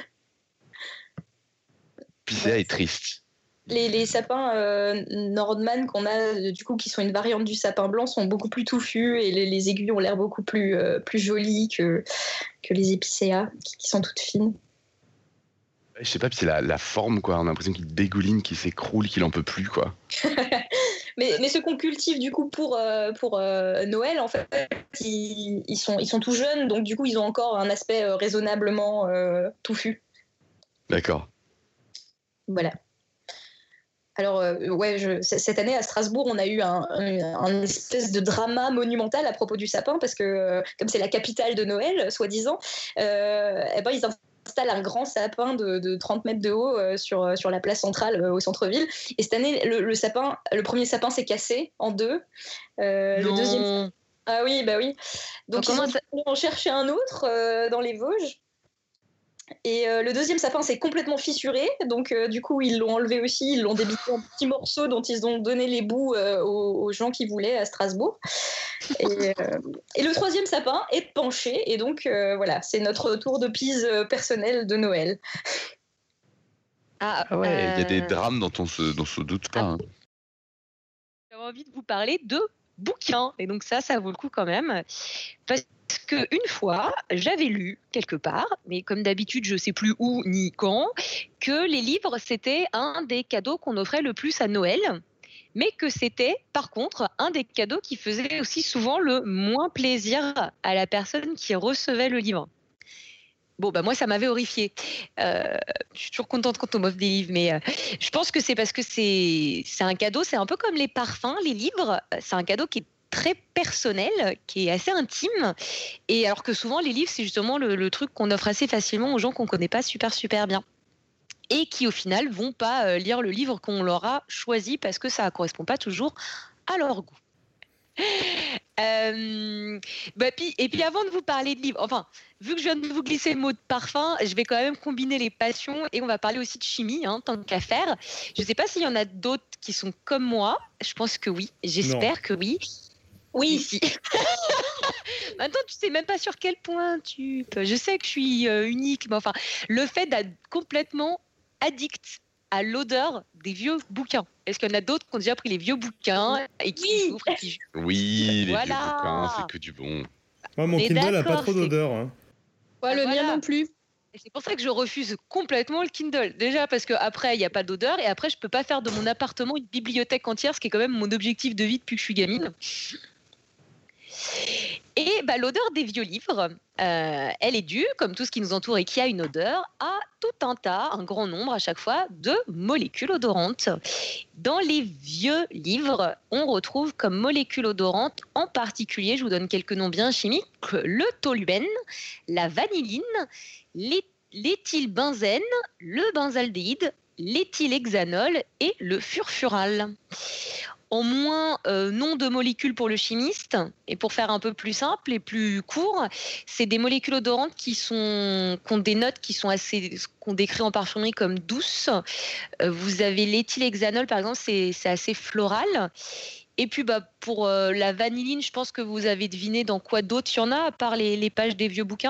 [SPEAKER 4] Épicéa est triste.
[SPEAKER 5] Les sapins Nordman qu'on a, du coup, qui sont une variante du sapin blanc, sont beaucoup plus touffus et les aiguilles ont l'air beaucoup plus jolies que les épicéas, qui sont toutes fines.
[SPEAKER 4] Je sais pas, puis c'est la forme, quoi. On a l'impression qu'il dégouline, qu'il s'écroule, qu'il en peut plus, quoi.
[SPEAKER 5] mais ceux qu'on cultive, du coup, pour Noël, en fait, ils sont tout jeunes, donc du coup, ils ont encore un aspect raisonnablement touffu.
[SPEAKER 4] D'accord.
[SPEAKER 5] Voilà. Alors, cette année, à Strasbourg, on a eu un espèce de drama monumental à propos du sapin, parce que, comme c'est la capitale de Noël, soi-disant, ils installe un grand sapin de 30 mètres de haut sur la place centrale au centre-ville. Et cette année, le premier sapin s'est cassé en deux. Le deuxième... Ah oui, bah oui. Donc ils ont en cherché un autre dans les Vosges. Et le deuxième sapin s'est complètement fissuré, donc du coup ils l'ont enlevé aussi, ils l'ont débité en petits morceaux dont ils ont donné les bouts aux gens qui voulaient à Strasbourg. Et le troisième sapin est penché, et donc voilà, c'est notre tour de Pise personnel de Noël.
[SPEAKER 4] Ah ouais, il y a des drames dont on se doute pas. Hein.
[SPEAKER 1] J'avais envie de vous parler de bouquins, et donc ça vaut le coup quand même, parce qu'une fois, j'avais lu quelque part, mais comme d'habitude, je ne sais plus où ni quand, que les livres, c'était un des cadeaux qu'on offrait le plus à Noël, mais que c'était, par contre, un des cadeaux qui faisait aussi souvent le moins plaisir à la personne qui recevait le livre. Bon, bah moi, ça m'avait horrifiée. Je suis toujours contente quand on m'offre des livres, mais je pense que c'est parce que c'est un cadeau, c'est un peu comme les parfums, les livres, c'est un cadeau qui est très personnel, qui est assez intime, et alors que souvent les livres c'est justement le truc qu'on offre assez facilement aux gens qu'on connaît pas super bien et qui au final vont pas lire le livre qu'on leur a choisi parce que ça correspond pas toujours à leur goût. Et puis avant de vous parler de livres, enfin vu que je viens de vous glisser le mot de parfum, je vais quand même combiner les passions et on va parler aussi de chimie, tant qu'à faire. Je sais pas s'il y en a d'autres qui sont comme moi, je pense que oui, j'espère que oui. Oui, si. Maintenant, tu sais même pas sur quel point tu peux. Je sais que je suis unique, mais enfin, le fait d'être complètement addict à l'odeur des vieux bouquins. Est-ce qu'il y en a d'autres qui ont déjà pris les vieux bouquins et qui souffrent et qui...
[SPEAKER 4] Oui, les vieux bouquins, c'est que du bon.
[SPEAKER 3] Ouais, mon Kindle n'a pas trop d'odeur. Hein.
[SPEAKER 6] Ouais, le mien non plus.
[SPEAKER 1] Et c'est pour ça que je refuse complètement le Kindle. Déjà parce qu'après, il n'y a pas d'odeur et après, je ne peux pas faire de mon appartement une bibliothèque entière, ce qui est quand même mon objectif de vie depuis que je suis gamine. Et l'odeur des vieux livres, elle est due, comme tout ce qui nous entoure et qui a une odeur, à tout un grand nombre à chaque fois de molécules odorantes. Dans les vieux livres, on retrouve comme molécules odorantes, en particulier, je vous donne quelques noms bien chimiques, le toluène, la vanilline, l'éthylbenzène, le benzaldéhyde, l'éthylhexanol et le furfural. En moins nom de molécules pour le chimiste, et pour faire un peu plus simple et plus court, c'est des molécules odorantes qui ont des notes qui sont qu'on décrit en parfumerie comme douces. Vous avez l'éthylhexanol par exemple, c'est assez floral. Et puis pour la vanilline, je pense que vous avez deviné dans quoi d'autre il y en a à part les pages des vieux bouquins.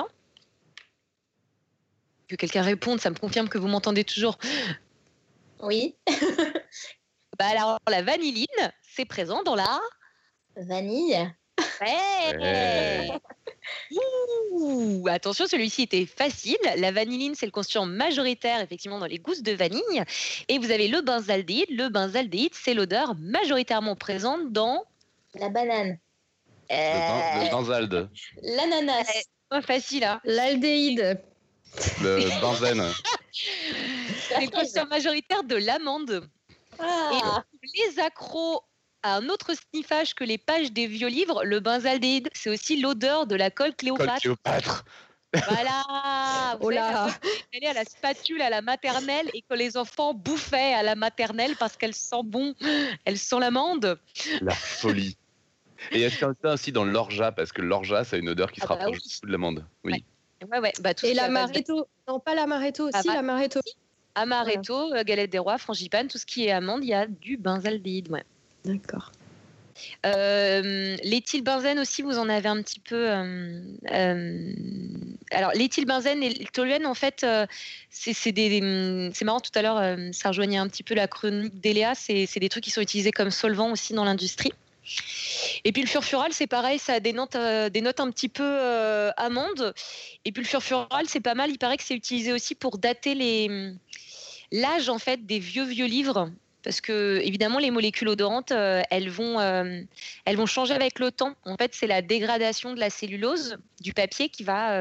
[SPEAKER 1] Que quelqu'un réponde, ça me confirme que vous m'entendez toujours.
[SPEAKER 5] Oui.
[SPEAKER 1] Alors, la vanilline, c'est présent dans la...
[SPEAKER 5] Vanille.
[SPEAKER 1] Ouais. Ouh, attention, celui-ci était facile. La vanilline, c'est le constituant majoritaire, effectivement, dans les gousses de vanille. Et vous avez le benzaldéhyde. Le benzaldéhyde, c'est l'odeur majoritairement présente dans...
[SPEAKER 5] La banane.
[SPEAKER 4] Le benzalde.
[SPEAKER 5] L'ananas.
[SPEAKER 1] Pas facile, hein.
[SPEAKER 6] L'aldéhyde.
[SPEAKER 4] Le benzène.
[SPEAKER 1] C'est le constituant majoritaire de l'amande. Et les accros un autre sniffage que les pages des vieux livres, le benzaldéhyde, c'est aussi l'odeur de la colle Cléopâtre. Voilà. Vous savez, la colle qui est à la spatule à la maternelle et que les enfants bouffaient à la maternelle parce qu'elle sent bon, elle sent l'amande.
[SPEAKER 4] La folie. Et est-ce qu'il y a ça aussi dans l'orgeat, parce que l'orgeat, ça a une odeur qui se rapproche beaucoup de l'amande. Oui.
[SPEAKER 1] Ouais.
[SPEAKER 6] Et l'amaretto. Non, pas l'amaretto. Si, l'amaretto.
[SPEAKER 1] Amaretto, galette des rois, frangipane, tout ce qui est amande, il y a du benzaldéhyde. Ouais.
[SPEAKER 6] D'accord.
[SPEAKER 1] L'éthylbenzène aussi, vous en avez un petit peu. Alors, l'éthylbenzène et le toluène, en fait, c'est marrant. Tout à l'heure, ça rejoignait un petit peu la chronique d'Eléa. C'est des trucs qui sont utilisés comme solvants aussi dans l'industrie. Et puis le furfural, c'est pareil, ça a des notes un petit peu amandes. Et puis le furfural, c'est pas mal. Il paraît que c'est utilisé aussi pour dater l'âge en fait des vieux livres. Parce que évidemment les molécules odorantes elles vont changer avec le temps. En fait, c'est la dégradation de la cellulose du papier qui va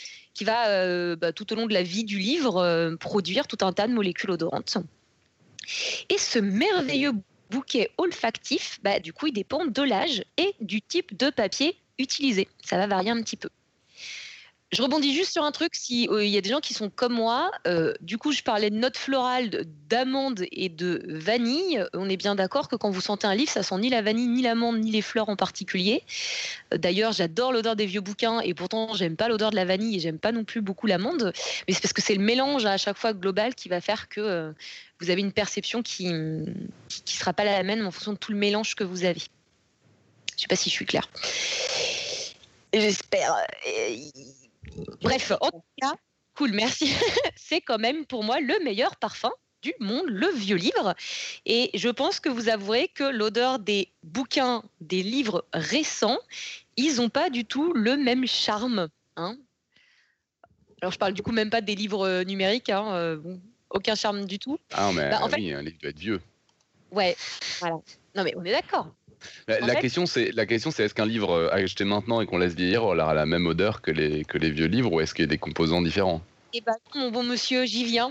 [SPEAKER 1] tout au long de la vie du livre produire tout un tas de molécules odorantes. Et ce merveilleux bouquet olfactif, du coup, il dépend de l'âge et du type de papier utilisé. Ça va varier un petit peu. Je rebondis juste sur un truc, si il y a des gens qui sont comme moi, du coup je parlais de notes florales, d'amande et de vanille. On est bien d'accord que quand vous sentez un livre, ça sent ni la vanille, ni l'amande, ni les fleurs en particulier. D'ailleurs, j'adore l'odeur des vieux bouquins et pourtant j'aime pas l'odeur de la vanille et j'aime pas non plus beaucoup l'amande. Mais c'est parce que c'est le mélange à chaque fois global qui va faire que vous avez une perception qui sera pas la même en fonction de tout le mélange que vous avez. Je sais pas si je suis claire. J'espère. Bref, en tout cas, cool, merci. C'est quand même pour moi le meilleur parfum du monde, le vieux livre. Et je pense que vous avouerez que l'odeur des bouquins, des livres récents, ils n'ont pas du tout le même charme. Hein. Alors, je parle du coup même pas des livres numériques, aucun charme du tout.
[SPEAKER 4] Ah, mais en fait, un livre doit être vieux.
[SPEAKER 1] Ouais, voilà. Non, mais on est d'accord.
[SPEAKER 4] La question, c'est est-ce qu'un livre acheté maintenant et qu'on laisse vieillir aura la même odeur que les vieux livres, ou est-ce qu'il y a des composants différents?
[SPEAKER 1] Eh bien, mon bon monsieur, j'y viens.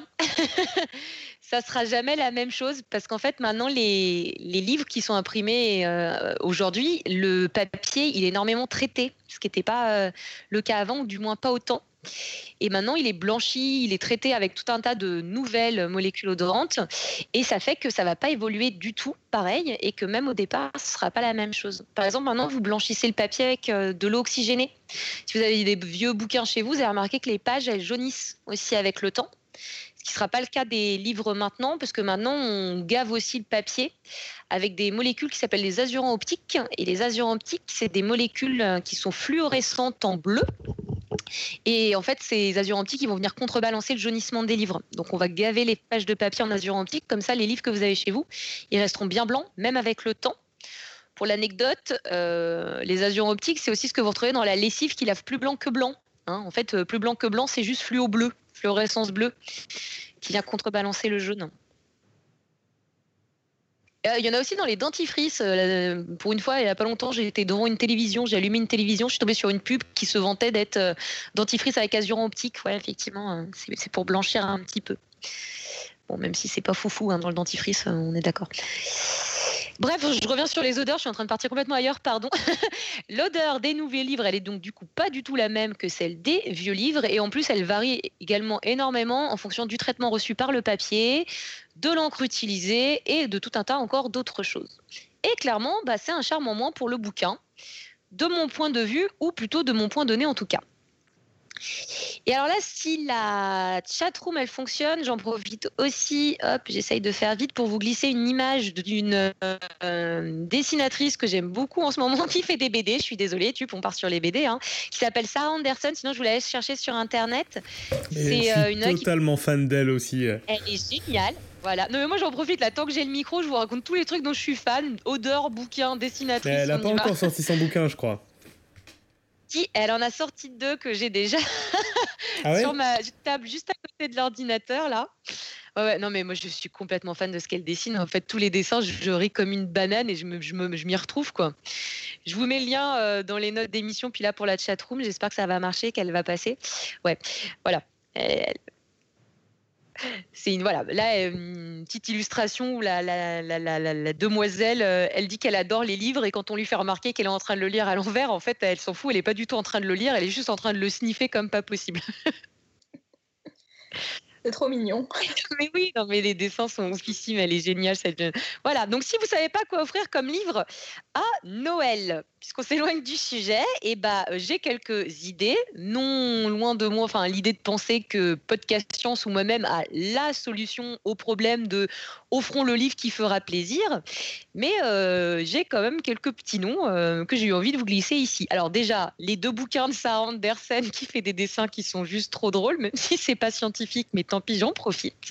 [SPEAKER 1] Ça sera jamais la même chose parce qu'en fait, maintenant, les livres qui sont imprimés aujourd'hui, le papier, il est énormément traité, ce qui n'était pas le cas avant, ou du moins pas autant. Et maintenant, il est blanchi, il est traité avec tout un tas de nouvelles molécules odorantes. Et ça fait que ça ne va pas évoluer du tout pareil et que même au départ, ce ne sera pas la même chose. Par exemple, maintenant, vous blanchissez le papier avec de l'eau oxygénée. Si vous avez des vieux bouquins chez vous, vous avez remarqué que les pages, elles jaunissent aussi avec le temps. Ce qui ne sera pas le cas des livres maintenant, parce que maintenant, on gave aussi le papier avec des molécules qui s'appellent les azurants optiques. Et les azurants optiques, c'est des molécules qui sont fluorescentes en bleu. Et en fait, ces azurants optiques, ils vont venir contrebalancer le jaunissement des livres. Donc, on va gaver les pages de papier en azurants optiques. Comme ça, les livres que vous avez chez vous, ils resteront bien blancs, même avec le temps. Pour l'anecdote, les azurants optiques, c'est aussi ce que vous retrouvez dans la lessive qui lave plus blanc que blanc. En fait, plus blanc que blanc, c'est juste fluo bleu, fluorescence bleue, qui vient contrebalancer le jaune. Il y en a aussi dans les dentifrices. Pour une fois, il n'y a pas longtemps, j'ai été devant une télévision, j'ai allumé une télévision, je suis tombée sur une pub qui se vantait d'être dentifrice avec azurant optique. Ouais, effectivement, c'est pour blanchir un petit peu. Bon, même si c'est pas foufou dans le dentifrice, on est d'accord. Bref, je reviens sur les odeurs, je suis en train de partir complètement ailleurs, pardon. L'odeur des nouveaux livres, elle est donc du coup pas du tout la même que celle des vieux livres, et en plus elle varie également énormément en fonction du traitement reçu par le papier, de l'encre utilisée et de tout un tas encore d'autres choses. Et clairement, c'est un charme en moins pour le bouquin, de mon point de vue, ou plutôt de mon point de nez en tout cas. Et alors là, si la chatroom elle fonctionne, j'en profite aussi, j'essaye de faire vite pour vous glisser une image d'une dessinatrice que j'aime beaucoup en ce moment qui fait des BD. Je suis désolée, on part sur les BD, qui s'appelle Sarah Anderson. Sinon, je vous la laisse chercher sur internet.
[SPEAKER 3] C'est totalement fan d'elle aussi.
[SPEAKER 1] Elle est géniale. Voilà. Non mais moi j'en profite là, tant que j'ai le micro, je vous raconte tous les trucs dont je suis fan, odeur, bouquin, dessinatrice.
[SPEAKER 3] Mais elle n'a pas encore sorti son bouquin, je crois.
[SPEAKER 1] Si, elle en a sorti 2 que j'ai déjà sur ma table juste à côté de l'ordinateur là. Ouais, non mais moi je suis complètement fan de ce qu'elle dessine. En fait, tous les dessins, je ris comme une banane et je m'y retrouve quoi. Je vous mets le lien dans les notes d'émission, puis là pour la chatroom, j'espère que ça va marcher, qu'elle va passer. Ouais, voilà. C'est une petite illustration où la demoiselle, elle dit qu'elle adore les livres et quand on lui fait remarquer qu'elle est en train de le lire à l'envers, en fait, elle s'en fout, elle n'est pas du tout en train de le lire, elle est juste en train de le sniffer comme pas possible.
[SPEAKER 5] C'est trop mignon.
[SPEAKER 1] Mais oui, non, mais les dessins sont oufissimes, elle est géniale cette jeune. Voilà, donc si vous savez pas quoi offrir comme livre à Noël, puisqu'on s'éloigne du sujet, j'ai quelques idées, non loin de moi, l'idée de penser que Podcast Science ou moi-même a la solution au problème de offrons le livre qui fera plaisir, mais j'ai quand même quelques petits noms que j'ai eu envie de vous glisser ici. Alors déjà, les 2 bouquins de Sarah Andersen qui fait des dessins qui sont juste trop drôles, même si c'est pas scientifique, mais tant pis, j'en profite.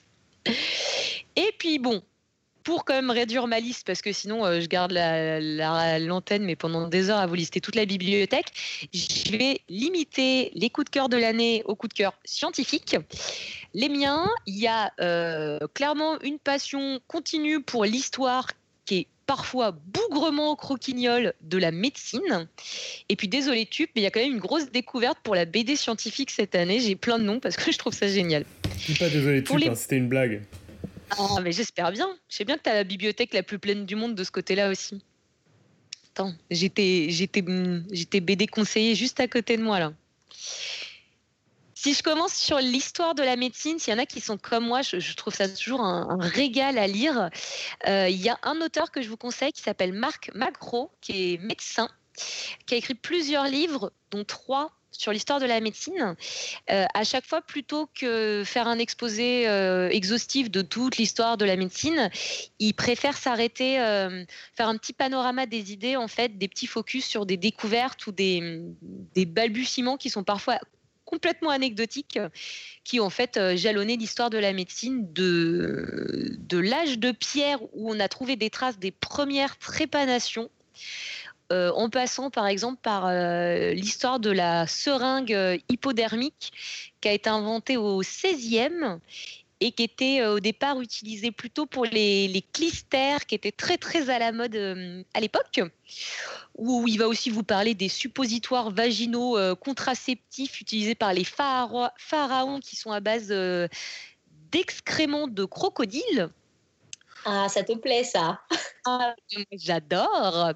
[SPEAKER 1] Et puis bon, pour quand même réduire ma liste, parce que sinon je garde l'antenne, mais pendant des heures à vous lister toute la bibliothèque, je vais limiter les coups de cœur de l'année aux coups de cœur scientifiques. Les miens, il y a clairement une passion continue pour l'histoire qui est parfois bougrement croquignole de la médecine. Et puis désolé Tup, mais il y a quand même une grosse découverte pour la BD scientifique cette année. J'ai plein de noms parce que je trouve ça génial.
[SPEAKER 3] Dis pas désolé Tup, c'était une blague.
[SPEAKER 1] Ah, mais j'espère bien. Je sais bien que tu as la bibliothèque la plus pleine du monde de ce côté-là aussi. Attends, j'étais BD conseiller juste à côté de moi là. Si je commence sur l'histoire de la médecine, s'il y en a qui sont comme moi, je trouve ça toujours un régal à lire. Il y a un auteur que je vous conseille qui s'appelle Marc Magro, qui est médecin, qui a écrit plusieurs livres, dont 3 sur l'histoire de la médecine. À chaque fois, plutôt que faire un exposé exhaustif de toute l'histoire de la médecine, il préfère s'arrêter, faire un petit panorama des idées, en fait, des petits focus sur des découvertes ou des balbutiements qui sont parfois complètement anecdotiques, qui ont en fait jalonné l'histoire de la médecine de l'âge de pierre où on a trouvé des traces des premières trépanations, en passant par exemple par l'histoire de la seringue hypodermique qui a été inventée au XVIe et qui était au départ utilisée plutôt pour les clistères qui étaient très très à la mode à l'époque, où il va aussi vous parler des suppositoires vaginaux contraceptifs utilisés par les pharaons qui sont à base d'excréments de crocodile.
[SPEAKER 5] Ah, ça te plaît, ça?
[SPEAKER 1] Ah, j'adore.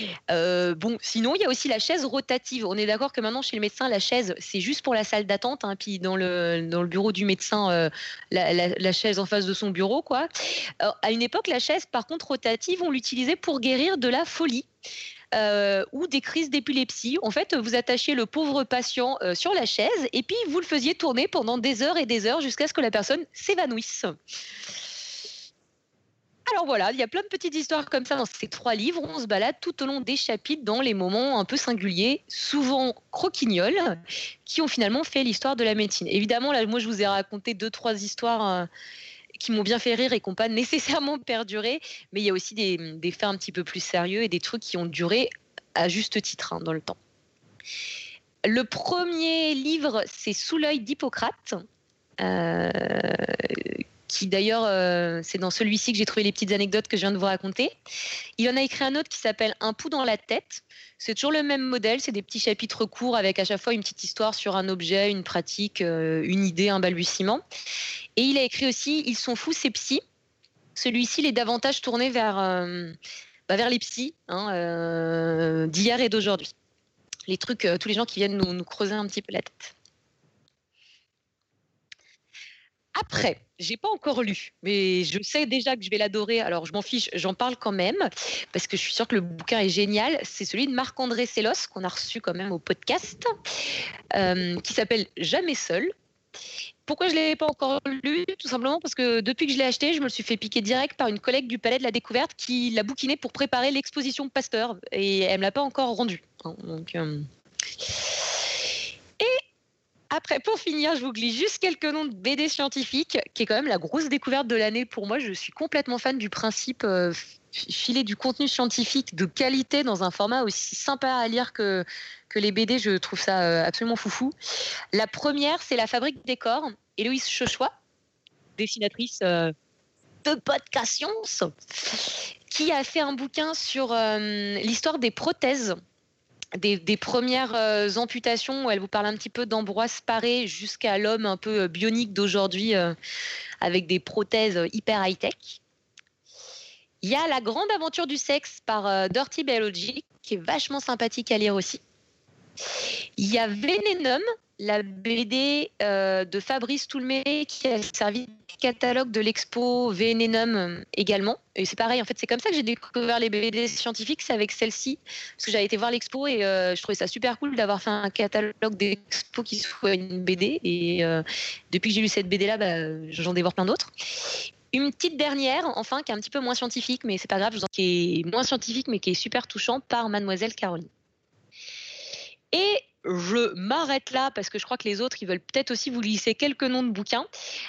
[SPEAKER 1] Sinon, il y a aussi la chaise rotative. On est d'accord que maintenant, chez le médecin, la chaise, c'est juste pour la salle d'attente. Hein, puis dans le bureau du médecin, la chaise en face de son bureau, quoi. À une époque, la chaise, par contre, rotative, on l'utilisait pour guérir de la folie. Ou des crises d'épilepsie. En fait, vous attachiez le pauvre patient sur la chaise et puis vous le faisiez tourner pendant des heures et des heures jusqu'à ce que la personne s'évanouisse. Alors voilà, il y a plein de petites histoires comme ça dans ces 3 livres. On se balade tout au long des chapitres dans les moments un peu singuliers, souvent croquignoles, qui ont finalement fait l'histoire de la médecine. Évidemment, là, moi, je vous ai raconté 2-3 histoires qui m'ont bien fait rire et qui n'ont pas nécessairement perduré, mais il y a aussi des faits un petit peu plus sérieux et des trucs qui ont duré à juste titre dans le temps. Le premier livre, c'est Sous l'œil d'Hippocrate, qui d'ailleurs, c'est dans celui-ci que j'ai trouvé les petites anecdotes que je viens de vous raconter. Il en a écrit un autre qui s'appelle Un pouls dans la tête. C'est toujours le même modèle, c'est des petits chapitres courts avec à chaque fois une petite histoire sur un objet, une pratique, une idée, un balbutiement. Et il a écrit aussi Ils sont fous ces psys. Celui-ci, il est davantage tourné vers les psys d'hier et d'aujourd'hui. Les trucs, tous les gens qui viennent nous creuser un petit peu la tête. Après, j'ai pas encore lu, mais je sais déjà que je vais l'adorer. Alors, je m'en fiche, j'en parle quand même, parce que je suis sûre que le bouquin est génial. C'est celui de Marc-André Sellos, qu'on a reçu quand même au podcast, qui s'appelle Jamais seul. Pourquoi je ne l'ai pas encore lu? Tout simplement parce que depuis que je l'ai acheté, je me le suis fait piquer direct par une collègue du Palais de la Découverte qui l'a bouquiné pour préparer l'exposition Pasteur, et elle ne me l'a pas encore rendu. Donc... Après, pour finir, je vous glisse juste quelques noms de BD scientifiques, qui est quand même la grosse découverte de l'année pour moi. Je suis complètement fan du principe filer du contenu scientifique de qualité dans un format aussi sympa à lire que les BD. Je trouve ça absolument foufou. La première, c'est La Fabrique des corps, Héloïse Chochois, dessinatrice de Podcast Science, qui a fait un bouquin sur l'histoire des prothèses. des premières amputations où elle vous parle un petit peu d'Ambroise Paré jusqu'à l'homme un peu bionique d'aujourd'hui avec des prothèses hyper high-tech. Il y a La grande aventure du sexe par Dirty Biology qui est vachement sympathique à lire aussi. Il y a Vénénum, la BD de Fabrice Toulmé qui a servi de catalogue de l'expo Vénénum également. Et c'est pareil, en fait, c'est comme ça que j'ai découvert les BD scientifiques, c'est avec celle-ci. Parce que j'avais été voir l'expo et je trouvais ça super cool d'avoir fait un catalogue d'expo qui soit une BD. Et depuis que j'ai lu cette BD-là, j'en dévore plein d'autres. Une petite dernière, enfin, qui est un petit peu moins scientifique, mais c'est pas grave, qui est moins scientifique, mais qui est super touchant, par Mademoiselle Caroline. Et je m'arrête là parce que je crois que les autres, ils veulent peut-être aussi vous glisser quelques noms de bouquins.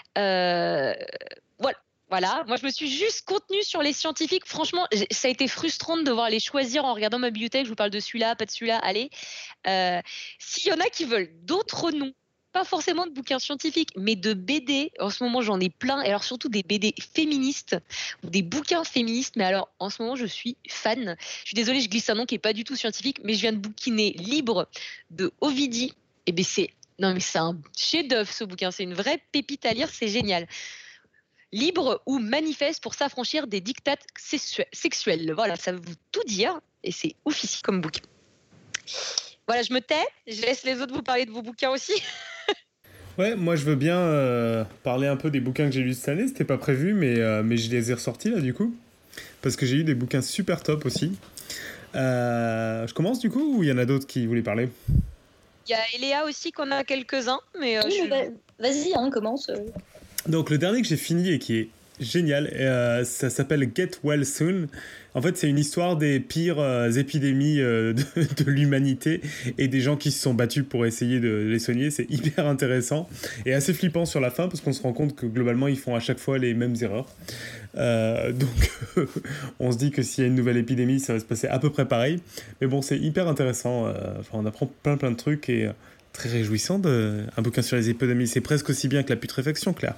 [SPEAKER 1] Voilà. Moi, je me suis juste contenue sur les scientifiques. Franchement, ça a été frustrant de devoir les choisir en regardant ma bibliothèque. Je vous parle de celui-là, pas de celui-là. Allez. S'il y en a qui veulent d'autres noms, pas forcément de bouquins scientifiques, mais de BD. En ce moment, j'en ai plein. Et alors, surtout des BD féministes ou des bouquins féministes. Mais alors, en ce moment, je suis fan. Je suis désolée, je glisse un nom qui n'est pas du tout scientifique, mais je viens de bouquiner Libre de Ovidie. Et bien, c'est un chef-d'œuvre, ce bouquin. C'est une vraie pépite à lire. C'est génial. Libre ou manifeste pour s'affranchir des dictats sexuels. Voilà, ça veut tout dire. Et c'est oufissime comme bouquin. Voilà, je me tais. Je laisse les autres vous parler de vos bouquins aussi.
[SPEAKER 3] Ouais, moi je veux bien parler un peu des bouquins que j'ai lus cette année, c'était pas prévu, mais je les ai ressortis là du coup, parce que j'ai eu des bouquins super top aussi. Je commence du coup ou il y en a d'autres qui voulaient parler ?
[SPEAKER 1] Il y a Eléa aussi qu'on a quelques-uns, mais
[SPEAKER 5] vas-y, commence.
[SPEAKER 3] Donc le dernier que j'ai fini et qui est génial, ça s'appelle Get Well Soon. En fait, c'est une histoire des pires épidémies de l'humanité et des gens qui se sont battus pour essayer de les soigner. C'est hyper intéressant et assez flippant sur la fin parce qu'on se rend compte que globalement, ils font à chaque fois les mêmes erreurs. Donc, on se dit que s'il y a une nouvelle épidémie, ça va se passer à peu près pareil. Mais bon, c'est hyper intéressant. On apprend plein de trucs et très réjouissant. Un bouquin sur les épidémies, c'est presque aussi bien que la putréfaction, Claire.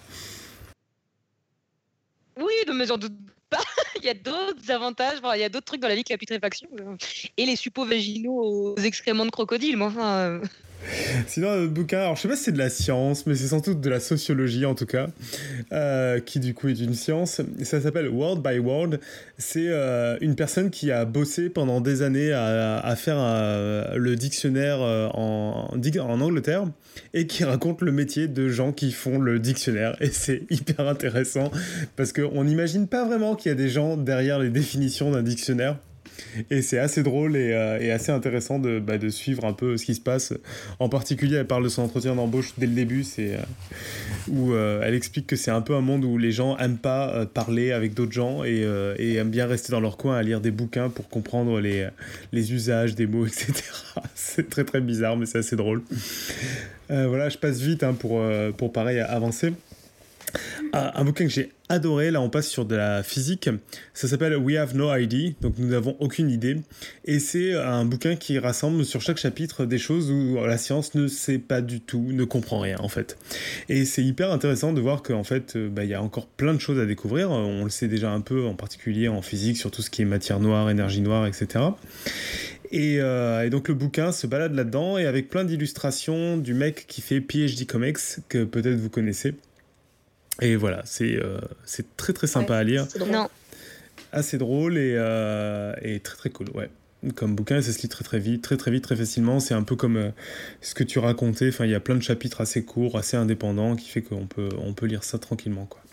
[SPEAKER 1] Oui, mais j'en doute pas. Il y a d'autres avantages, il y a d'autres trucs dans la vie que la putréfaction et les suppôts vaginaux aux excréments de crocodile. Mais enfin.
[SPEAKER 3] Sinon, un autre bouquin, alors je sais pas si c'est de la science, mais c'est sans doute de la sociologie en tout cas, qui du coup est une science. Ça s'appelle Word by Word. C'est une personne qui a bossé pendant des années à faire le dictionnaire en Angleterre et qui raconte le métier de gens qui font le dictionnaire. Et c'est hyper intéressant parce qu'on n'imagine pas vraiment qu'il y a des gens derrière les définitions d'un dictionnaire. Et c'est assez drôle et assez intéressant de suivre un peu ce qui se passe. En particulier, elle parle de son entretien d'embauche dès le début, où elle explique que c'est un peu un monde où les gens n'aiment pas parler avec d'autres gens et aiment bien rester dans leur coin à lire des bouquins pour comprendre les usages des mots, etc. C'est très très bizarre, mais c'est assez drôle. Voilà, je passe vite pour pareil avancer. Un bouquin que j'ai adoré, là on passe sur de la physique, ça s'appelle We Have No Idea, donc nous n'avons aucune idée, et c'est un bouquin qui rassemble sur chaque chapitre des choses où la science ne sait pas du tout, ne comprend rien en fait. Et c'est hyper intéressant de voir qu'en fait il y a encore plein de choses à découvrir, on le sait déjà un peu en particulier en physique sur tout ce qui est matière noire, énergie noire, etc. Et donc le bouquin se balade là-dedans et avec plein d'illustrations du mec qui fait PhD Comics, que peut-être vous connaissez. Et voilà, c'est très très sympa à lire. Assez drôle et très très cool, ouais. Comme bouquin, ça se lit très vite, très facilement. C'est un peu comme ce que tu racontais. Enfin, il y a plein de chapitres assez courts, assez indépendants, qui fait qu'on peut lire ça tranquillement, quoi.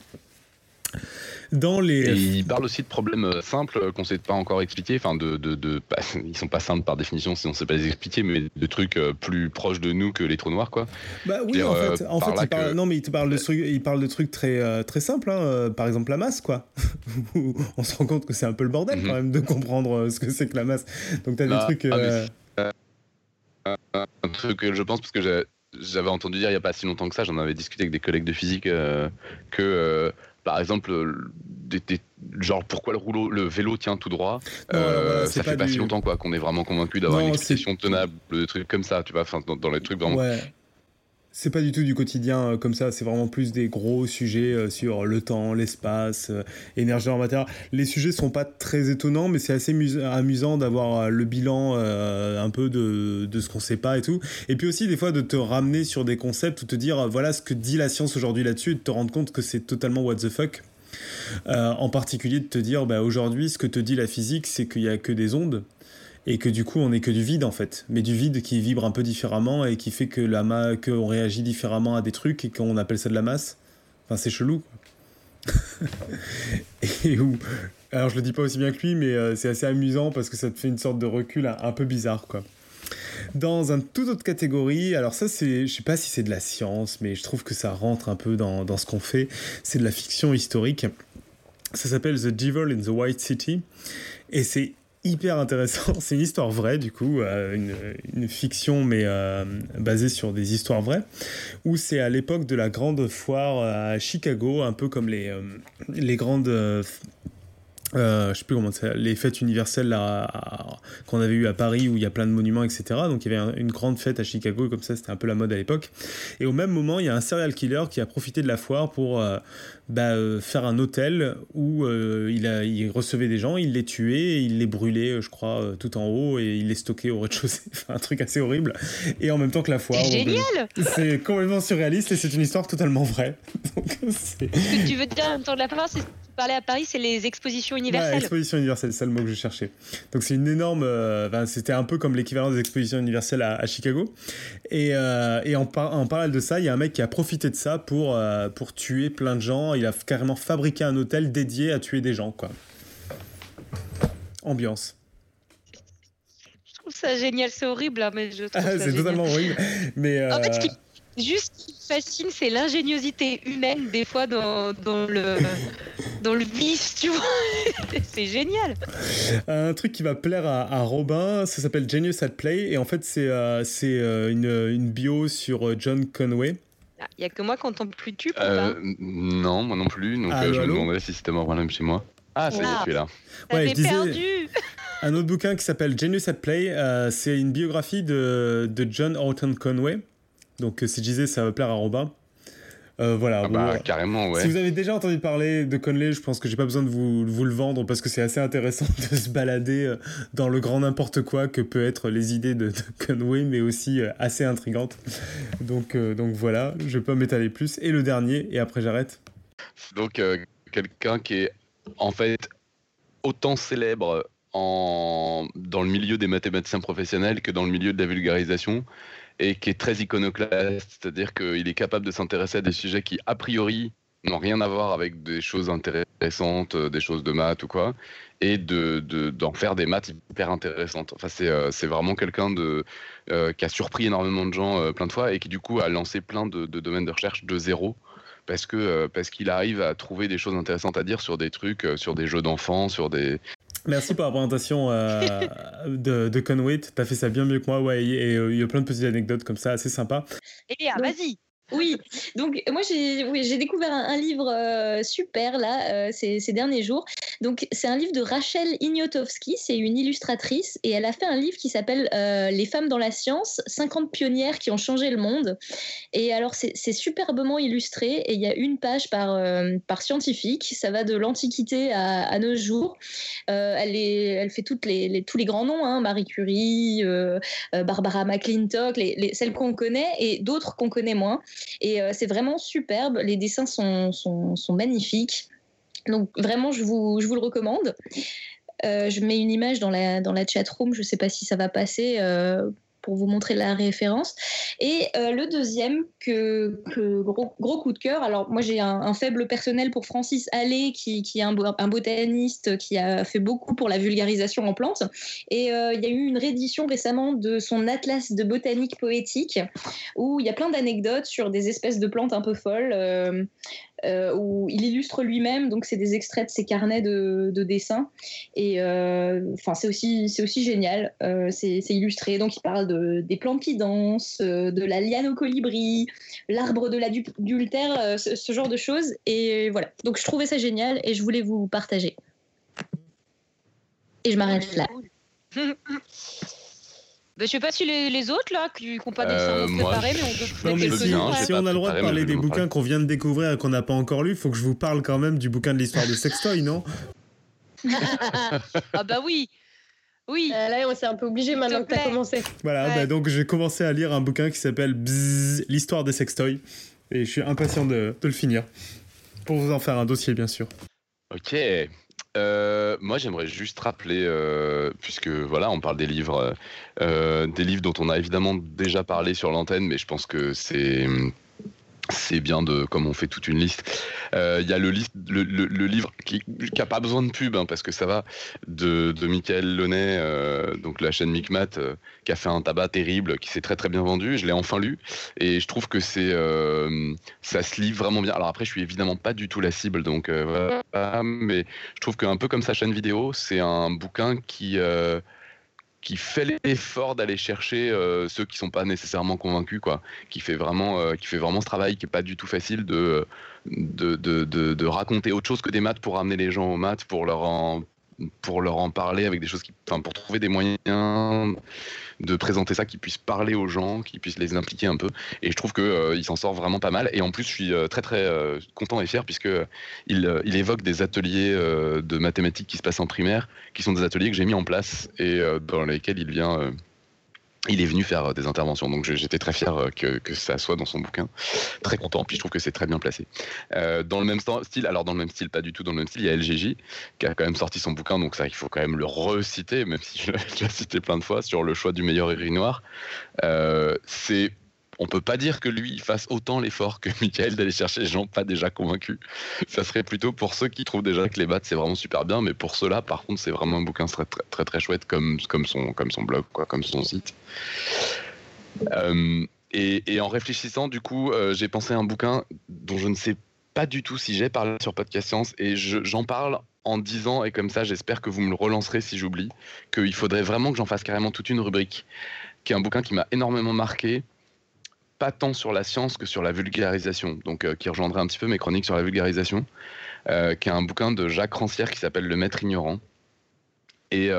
[SPEAKER 4] Et il parle aussi de problèmes simples qu'on ne sait pas encore expliquer. Enfin, ils sont pas simples par définition, si on ne sait pas les expliquer, mais de trucs plus proches de nous que les trous noirs, quoi.
[SPEAKER 3] Bah oui, en fait, il parle de trucs très très simples. Hein. Par exemple, la masse, quoi. On se rend compte que c'est un peu le bordel quand même de comprendre ce que c'est que la masse. Donc t'as des trucs.
[SPEAKER 4] Un truc que je pense parce que j'avais entendu dire il y a pas si longtemps que ça, j'en avais discuté avec des collègues de physique que par exemple, genre pourquoi le vélo tient tout droit, ça fait pas si longtemps quoi qu'on est vraiment convaincu d'avoir une explication tenable de trucs comme ça, tu vois, enfin dans les trucs vraiment.
[SPEAKER 3] C'est pas du tout du quotidien comme ça, c'est vraiment plus des gros sujets sur le temps, l'espace, énergie en matière. Les sujets sont pas très étonnants, mais c'est assez amusant d'avoir le bilan un peu de ce qu'on sait pas et tout. Et puis aussi des fois de te ramener sur des concepts ou te dire voilà ce que dit la science aujourd'hui là-dessus et de te rendre compte que c'est totalement what the fuck. En particulier de te dire aujourd'hui ce que te dit la physique c'est qu'il y a que des ondes. Et que du coup on n'est que du vide en fait, mais du vide qui vibre un peu différemment et qui fait que qu'on réagit différemment à des trucs et qu'on appelle ça de la masse. Enfin c'est chelou quoi. Et où... Alors je le dis pas aussi bien que lui, mais c'est assez amusant parce que ça te fait une sorte de recul un peu bizarre quoi. Dans une toute autre catégorie, alors ça c'est, je sais pas si c'est de la science, mais je trouve que ça rentre un peu dans ce qu'on fait, c'est de la fiction historique. Ça s'appelle The Devil in the White City et c'est hyper intéressant, c'est une histoire vraie du coup, une fiction mais basée sur des histoires vraies, où c'est à l'époque de la grande foire à Chicago, un peu comme les grandes... je sais plus comment c'est, les fêtes universelles là, qu'on avait eu à Paris où il y a plein de monuments etc, donc il y avait une grande fête à Chicago comme ça, c'était un peu la mode à l'époque, et au même moment il y a un serial killer qui a profité de la foire pour faire un hôtel où il recevait des gens, il les tuait et il les brûlait je crois tout en haut et il les stockait au rez-de-chaussée, enfin un truc assez horrible, et en même temps que la foire.
[SPEAKER 1] C'est génial.
[SPEAKER 3] C'est complètement surréaliste et c'est une histoire totalement vraie. Donc,
[SPEAKER 1] ce que tu veux dire en même temps de la foire, c'est parler à Paris, c'est les expositions universelles.
[SPEAKER 3] Ouais, exposition universelle, c'est le mot que je cherchais. Donc c'est une énorme... c'était un peu comme l'équivalent des expositions universelles à Chicago. Et en parallèle de ça, il y a un mec qui a profité de ça pour tuer plein de gens. Il a carrément fabriqué un hôtel dédié à tuer des gens, quoi. Ambiance.
[SPEAKER 1] Je trouve ça génial, c'est horrible, hein, mais je trouve ça
[SPEAKER 3] c'est
[SPEAKER 1] génial.
[SPEAKER 3] Totalement horrible. Mais,
[SPEAKER 1] en fait, ce qui fascine, c'est l'ingéniosité humaine des fois dans le vif, tu vois. C'est génial.
[SPEAKER 3] Un truc qui va plaire à Robin, ça s'appelle Genius at Play, et en fait c'est une bio sur John Conway.
[SPEAKER 1] Il n'y a que moi qui n'entends plus tu
[SPEAKER 4] non, moi non plus, donc je me demandais si c'était moi même chez moi. Ah, ça y est, tu es là.
[SPEAKER 1] Ouais, je perdu.
[SPEAKER 3] Un autre bouquin qui s'appelle Genius at Play, c'est une biographie de John Horton Conway. Donc si je disais ça va plaire à Robin. Voilà.
[SPEAKER 4] Carrément, ouais.
[SPEAKER 3] Si vous avez déjà entendu parler de Conway, je pense que j'ai pas besoin de vous le vendre parce que c'est assez intéressant de se balader dans le grand n'importe quoi que peut être les idées de Conway, mais aussi assez intrigantes. Donc voilà, je vais pas m'étaler plus. Et le dernier, et après j'arrête.
[SPEAKER 4] Donc quelqu'un qui est en fait autant célèbre dans le milieu des mathématiciens professionnels que dans le milieu de la vulgarisation, et qui est très iconoclaste, c'est-à-dire qu'il est capable de s'intéresser à des sujets qui, a priori, n'ont rien à voir avec des choses intéressantes, des choses de maths ou quoi, et d'en faire des maths hyper intéressantes. Enfin, c'est vraiment quelqu'un qui a surpris énormément de gens plein de fois, et qui du coup a lancé plein de domaines de recherche de zéro, parce qu'il arrive à trouver des choses intéressantes à dire sur des trucs, sur des jeux d'enfants, sur des...
[SPEAKER 3] Merci pour la présentation de Conway, t'as fait ça bien mieux que moi, ouais, et il y a plein de petites anecdotes comme ça, assez sympa.
[SPEAKER 1] Elia, vas-y.
[SPEAKER 5] Oui, donc moi j'ai découvert un livre super là ces derniers jours. Donc c'est un livre de Rachel Ignotowski, c'est une illustratrice et elle a fait un livre qui s'appelle Les femmes dans la science, 50 pionnières qui ont changé le monde. Et alors c'est superbement illustré et il y a une page par scientifique, ça va de l'Antiquité à nos jours. Elle fait tous les grands noms, hein, Marie Curie, Barbara McClintock, celles qu'on connaît et d'autres qu'on connaît moins. Et c'est vraiment superbe, les dessins sont magnifiques, donc vraiment je vous le recommande. Je mets une image dans la chatroom, je ne sais pas si ça va passer pour vous montrer la référence. Et le deuxième, gros coup de cœur, alors moi j'ai un faible personnel pour Francis Allais qui est un botaniste qui a fait beaucoup pour la vulgarisation en plantes, et il y a eu une réédition récemment de son atlas de botanique poétique où il y a plein d'anecdotes sur des espèces de plantes un peu folles, où il illustre lui-même, donc c'est des extraits de ses carnets de dessins, et c'est aussi génial, c'est illustré, donc il parle des plantes qui dansent, de la liane au colibri, l'arbre de l'adultère, ce genre de choses, et voilà, donc je trouvais ça génial et je voulais vous partager. Et je m'arrête là.
[SPEAKER 1] Je sais pas si les autres là, qui n'ont pas nécessairement préparé, mais on peut
[SPEAKER 3] Non, mais si on a le droit de parler des bouquins qu'on vient de découvrir et qu'on n'a pas encore lus, il faut que je vous parle quand même du bouquin de l'histoire de Sextoy, non?
[SPEAKER 1] Ah bah oui. Oui.
[SPEAKER 6] Là, on s'est un peu obligé maintenant que tu as commencé.
[SPEAKER 3] Voilà, donc j'ai commencé à lire un bouquin qui s'appelle Bzzz, l'histoire des sextoys. Et je suis impatient de le finir. Pour vous en faire un dossier, bien sûr.
[SPEAKER 4] Ok. Moi, j'aimerais juste rappeler, puisque voilà, on parle des livres dont on a évidemment déjà parlé sur l'antenne, mais je pense que c'est bien comme on fait toute une liste. Il y a le livre qui a pas besoin de pub, parce que ça va, de Michael Launay, donc la chaîne Micmat, qui a fait un tabac terrible, qui s'est très très bien vendu. Je l'ai enfin lu et je trouve que ça se lit vraiment bien. Alors après, je suis évidemment pas du tout la cible, donc voilà, mais je trouve qu'un peu comme sa chaîne vidéo, c'est un bouquin qui fait l'effort d'aller chercher ceux qui sont pas nécessairement convaincus, quoi, qui fait vraiment ce travail qui est pas du tout facile de raconter autre chose que des maths pour amener les gens aux maths, pour leur en parler avec des choses pour trouver des moyens de présenter ça, qui puisse parler aux gens, qui puisse les impliquer un peu. Et je trouve que il s'en sort vraiment pas mal. Et en plus, je suis très très content et fier, puisque il évoque des ateliers de mathématiques qui se passent en primaire, qui sont des ateliers que j'ai mis en place et dans lesquels il est venu faire des interventions. Donc j'étais très fier que ça soit dans son bouquin. Très content. Puis je trouve que c'est très bien placé. Dans le même style, pas du tout dans le même style, il y a LGJ qui a quand même sorti son bouquin. Donc ça, il faut quand même le reciter, même si je l'ai déjà cité plein de fois, sur le choix du meilleur urinoir. On peut pas dire que lui fasse autant l'effort que Michael d'aller chercher les gens pas déjà convaincus. Ça serait plutôt pour ceux qui trouvent déjà que les maths c'est vraiment super bien, mais pour ceux-là, par contre, c'est vraiment un bouquin très très très, très chouette, comme son blog, quoi, comme son site. Et en réfléchissant, du coup, j'ai pensé à un bouquin dont je ne sais pas du tout si j'ai parlé sur Podcast Science, et j'en parle en disant, et comme ça, j'espère que vous me le relancerez si j'oublie, qu'il faudrait vraiment que j'en fasse carrément toute une rubrique, qui est un bouquin qui m'a énormément marqué. Pas tant sur la science que sur la vulgarisation, donc qui rejoindrait un petit peu mes chroniques sur la vulgarisation, qui est un bouquin de Jacques Rancière qui s'appelle Le Maître Ignorant. Et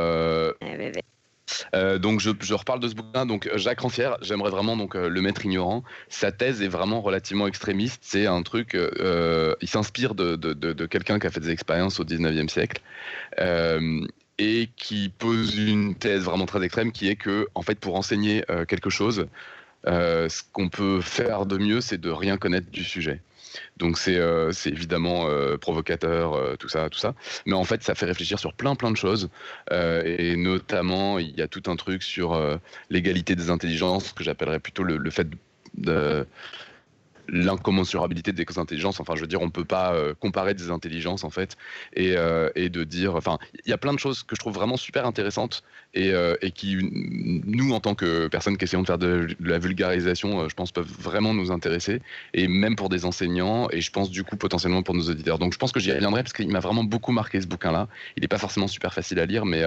[SPEAKER 4] donc je reparle de ce bouquin. Donc Jacques Rancière, j'aimerais vraiment Le Maître Ignorant. Sa thèse est vraiment relativement extrémiste. C'est un truc, il s'inspire de quelqu'un qui a fait des expériences au 19e siècle. Et qui pose une thèse vraiment très extrême, qui est que, en fait, pour enseigner quelque chose, ce qu'on peut faire de mieux, c'est de rien connaître du sujet. Donc c'est évidemment provocateur, tout ça. Mais en fait, ça fait réfléchir sur plein de choses. Et notamment, il y a tout un truc sur l'égalité des intelligences, que j'appellerais plutôt le fait de l'incommensurabilité des intelligences. Enfin, je veux dire, on peut pas comparer des intelligences, en fait, et de dire... Enfin, il y a plein de choses que je trouve vraiment super intéressantes et qui, nous, en tant que personnes qui essayons de faire de la vulgarisation, je pense, peuvent vraiment nous intéresser, et même pour des enseignants, et je pense, du coup, potentiellement pour nos auditeurs. Donc, je pense que j'y reviendrai, parce qu'il m'a vraiment beaucoup marqué, ce bouquin-là. Il n'est pas forcément super facile à lire, mais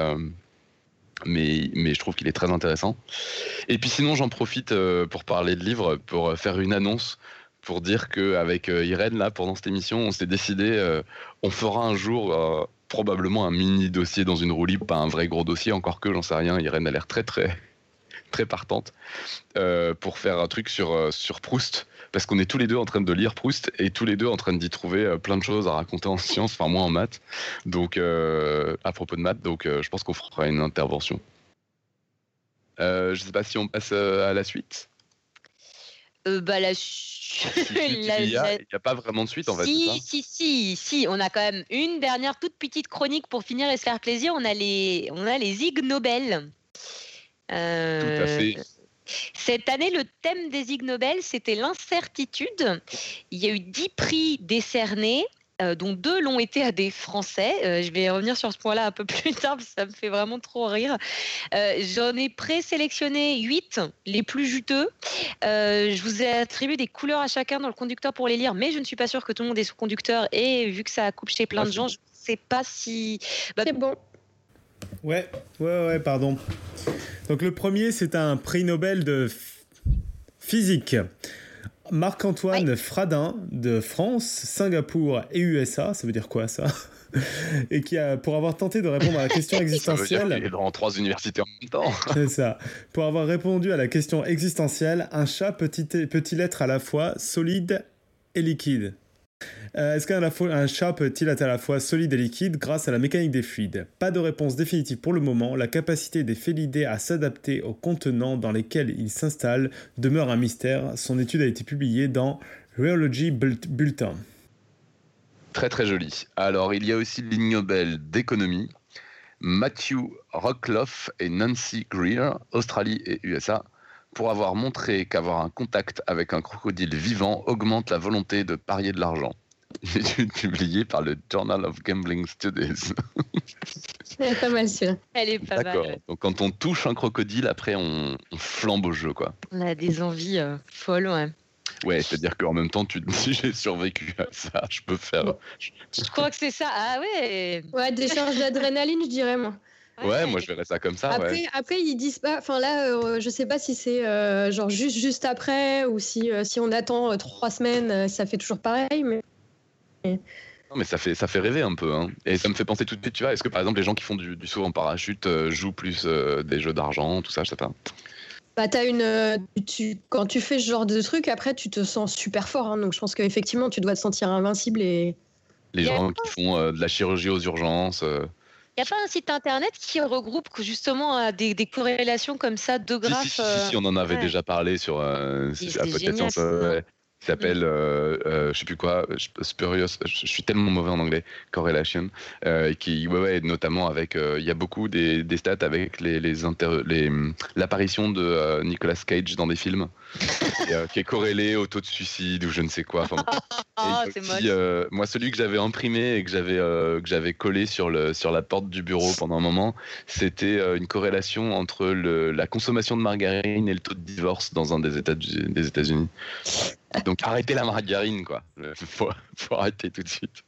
[SPEAKER 4] je trouve qu'il est très intéressant. Et puis sinon, j'en profite pour parler de livres, pour faire une annonce, pour dire qu'avec Irène, là, pendant cette émission, on s'est décidé, on fera un jour probablement un mini dossier dans une roue libre, pas un vrai gros dossier, encore que j'en sais rien. Irène a l'air très très très partante pour faire un truc sur Proust, parce qu'on est tous les deux en train de lire Proust et tous les deux en train d'y trouver plein de choses à raconter en sciences, enfin moi en maths, donc à propos de maths, donc je pense qu'on fera une intervention. Je sais pas si on passe à la suite.
[SPEAKER 1] Il
[SPEAKER 4] n'y a pas vraiment de suite, en fait.
[SPEAKER 1] Si, on a quand même une dernière toute petite chronique pour finir et se faire plaisir. On a les Ig Nobel.
[SPEAKER 4] Tout à fait.
[SPEAKER 1] Cette année, le thème des Ig Nobel, c'était l'incertitude. Il y a eu 10 prix décernés, dont 2 l'ont été à des Français. Je vais revenir sur ce point-là un peu plus tard, parce que ça me fait vraiment trop rire. J'en ai présélectionné 8, les plus juteux. Je vous ai attribué des couleurs à chacun dans le conducteur pour les lire, mais je ne suis pas sûre que tout le monde est sous conducteur, et vu que ça coupe chez plein de gens, je ne sais pas si...
[SPEAKER 6] C'est bon.
[SPEAKER 3] Ouais, pardon. Donc le premier, c'est un prix Nobel de physique. Marc-Antoine Fradin de France, Singapour et USA. Ça veut dire quoi, ça? et pour avoir tenté de répondre à la question existentielle...
[SPEAKER 4] Ça veut dire qu'il est dans 3 universités en même temps.
[SPEAKER 3] C'est ça. Pour avoir répondu à la question existentielle, un chat peut-il être à la fois solide et liquide ? Est-ce qu'un chat peut-il être à la fois solide et liquide grâce à la mécanique des fluides ? Pas de réponse définitive pour le moment. La capacité des félidés à s'adapter aux contenants dans lesquels ils s'installent demeure un mystère. Son étude a été publiée dans Rheology Bulletin.
[SPEAKER 4] Très très joli. Alors il y a aussi l'Ig Nobel d'économie. Matthew Rockcliffe et Nancy Greer, Australie et USA, pour avoir montré qu'avoir un contact avec un crocodile vivant augmente la volonté de parier de l'argent. Une étude publiée par le Journal of Gambling Studies.
[SPEAKER 6] C'est pas mal celui-là.
[SPEAKER 1] Elle est pas
[SPEAKER 4] D'accord.
[SPEAKER 1] mal.
[SPEAKER 4] Donc quand on touche un crocodile, après on flambe au jeu, quoi.
[SPEAKER 1] On a des envies folles, ouais.
[SPEAKER 4] Ouais, c'est-à-dire qu'en même temps, si j'ai survécu à ça, je peux faire...
[SPEAKER 1] Je crois que c'est ça. Ah ouais.
[SPEAKER 6] Ouais, décharge d'adrénaline, je dirais, moi.
[SPEAKER 4] Ouais, moi je verrais ça comme ça.
[SPEAKER 6] Après, ils disent pas. Enfin là, je sais pas si c'est genre juste après ou si on attend 3 semaines, ça fait toujours pareil. Mais
[SPEAKER 4] non, mais ça fait rêver un peu, hein. Et ça me fait penser tout de suite, tu vois, est-ce que par exemple les gens qui font du saut en parachute jouent plus des jeux d'argent, tout ça, je sais pas.
[SPEAKER 6] Bah quand tu fais ce genre de truc, après tu te sens super fort, hein, donc je pense qu'effectivement tu dois te sentir invincible et.
[SPEAKER 4] Les gens qui font de la chirurgie aux urgences.
[SPEAKER 1] Il n'y a pas un site internet qui regroupe justement des corrélations comme ça de graphes
[SPEAKER 4] Si, on en avait déjà parlé sur
[SPEAKER 1] génial,
[SPEAKER 4] qui s'appelle je sais plus quoi, Spurious, je suis tellement mauvais en anglais, Correlation, qui notamment avec il y a beaucoup des stats avec l'apparition de Nicolas Cage dans des films qui est corrélé au taux de suicide ou je ne sais quoi.
[SPEAKER 1] C'est moche.
[SPEAKER 4] Moi, celui que j'avais imprimé et que j'avais collé sur la porte du bureau pendant un moment, c'était une corrélation entre la consommation de margarine et le taux de divorce dans un des États-Unis. Donc arrêtez la margarine, quoi. Faut arrêter tout de suite.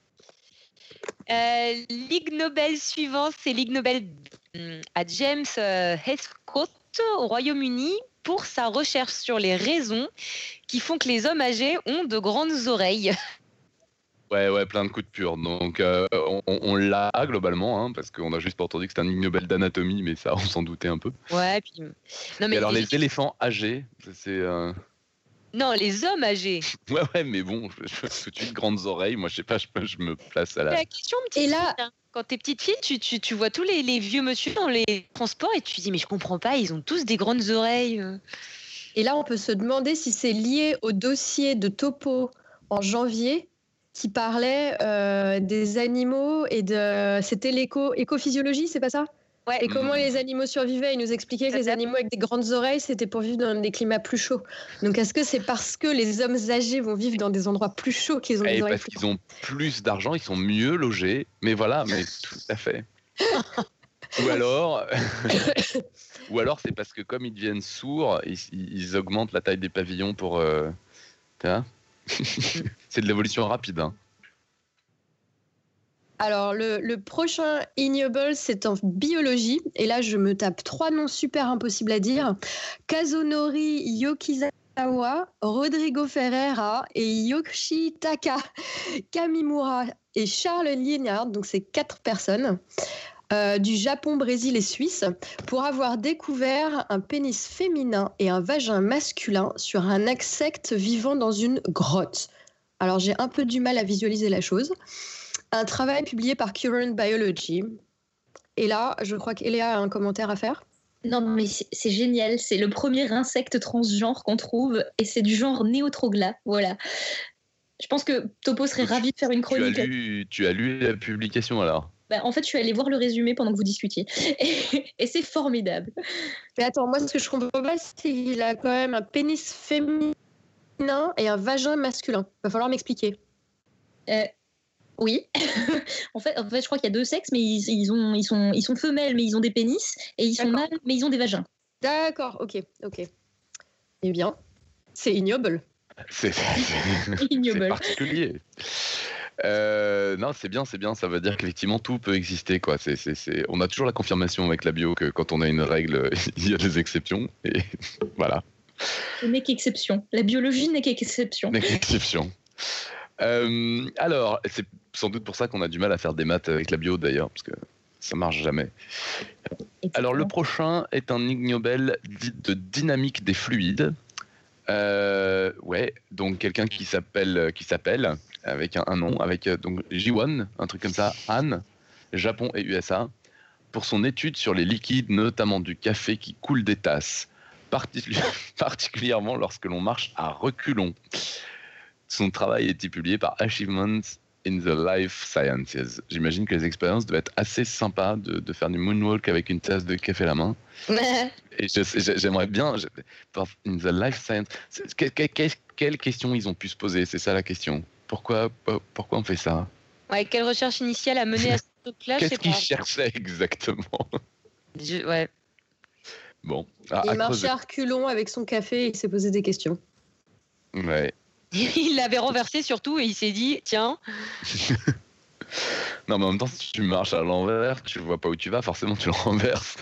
[SPEAKER 1] L'Ig Nobel suivant, c'est l'Ig Nobel à James Heathcote au Royaume-Uni pour sa recherche sur les raisons qui font que les hommes âgés ont de grandes oreilles.
[SPEAKER 4] Ouais, plein de coups de pure. Donc on l'a globalement, hein, parce qu'on a juste pas entendu que c'était un Ig Nobel d'anatomie, mais ça on s'en doutait un peu.
[SPEAKER 1] Ouais, puis... Non, mais
[SPEAKER 4] alors les éléphants âgés, c'est...
[SPEAKER 1] Non, les hommes âgés.
[SPEAKER 4] Ouais, mais bon, tout de suite, grandes oreilles. Moi, je sais pas, je me place à la
[SPEAKER 1] question, petite fille, hein. Quand t'es petite fille, tu vois tous les vieux monsieur dans les transports et tu te dis, mais je comprends pas, ils ont tous des grandes oreilles.
[SPEAKER 6] Et là, on peut se demander si c'est lié au dossier de Topo en janvier qui parlait des animaux et de... C'était l'écophysiologie, c'est pas ça ?
[SPEAKER 1] Ouais.
[SPEAKER 6] Et comment les animaux survivaient. Il nous expliquait que les animaux avec des grandes oreilles, c'était pour vivre dans des climats plus chauds. Donc, est-ce que c'est parce que les hommes âgés vont vivre dans des endroits plus chauds qu'ils ont des oreilles
[SPEAKER 4] parce qu'ils ont plus d'argent, ils sont mieux logés. Mais voilà, mais tout à fait. Ou alors c'est parce que comme ils deviennent sourds, ils augmentent la taille des pavillons pour... Tu vois c'est de l'évolution rapide, hein.
[SPEAKER 6] Alors, le prochain Ig Nobel, c'est en biologie. Et là, je me tape 3 noms super impossibles à dire. Kazunori Yokizawa, Rodrigo Ferreira et Yoshitaka Kamimura et Charles Liénard. Donc, c'est 4 personnes du Japon, Brésil et Suisse pour avoir découvert un pénis féminin et un vagin masculin sur un insecte vivant dans une grotte. Alors, j'ai un peu du mal à visualiser la chose. Un travail publié par Current Biology. Et là, je crois qu'Eléa a un commentaire à faire.
[SPEAKER 5] Non, mais c'est génial. C'est le premier insecte transgenre qu'on trouve et c'est du genre Neotrogla. Voilà. Je pense que Topo serait ravi de faire une chronique.
[SPEAKER 4] Tu as lu la publication alors ?
[SPEAKER 5] En fait, je suis allée voir le résumé pendant que vous discutiez. Et c'est formidable.
[SPEAKER 6] Mais attends, moi, ce que je comprends pas, c'est qu'il a quand même un pénis féminin et un vagin masculin. Il va falloir m'expliquer.
[SPEAKER 5] Oui, en fait, je crois qu'il y a 2 sexes, mais ils sont femelles, mais ils ont des pénis, et ils sont mâles, mais ils ont des vagins.
[SPEAKER 6] D'accord, ok. Eh bien, c'est ignoble.
[SPEAKER 4] C'est particulier. Non, c'est bien. Ça veut dire qu'effectivement tout peut exister, quoi. On a toujours la confirmation avec la bio que quand on a une règle, il y a des exceptions, et voilà.
[SPEAKER 5] Ce n'est qu'exception. La biologie n'est qu'exception.
[SPEAKER 4] Alors, c'est sans doute pour ça qu'on a du mal à faire des maths avec la bio d'ailleurs, parce que ça marche jamais. Alors, le prochain est un Ig Nobel de dynamique des fluides. Donc quelqu'un qui s'appelle avec un nom, avec donc Ji-won, un truc comme ça, Han, Japon et USA, pour son étude sur les liquides, notamment du café qui coule des tasses, particulièrement lorsque l'on marche à reculons. Son travail a été publié par Achievements in the Life Sciences. J'imagine que les expériences doivent être assez sympas de faire du moonwalk avec une tasse de café à la main. Et j'aimerais bien, in the Life Science, quelle question ils ont pu se poser? C'est ça la question. Pourquoi on fait ça?
[SPEAKER 1] Ouais, quelle recherche initiale a mené à ce truc-là?
[SPEAKER 4] Qu'est-ce qu'ils cherchaient exactement?
[SPEAKER 1] Ouais.
[SPEAKER 4] Bon.
[SPEAKER 6] Il marchait à reculons avec son café et il s'est posé des questions.
[SPEAKER 4] Ouais.
[SPEAKER 1] Il l'avait renversé surtout et il s'est dit tiens.
[SPEAKER 4] Non, mais en même temps, si tu marches à l'envers, tu vois pas où tu vas, forcément tu le renverses.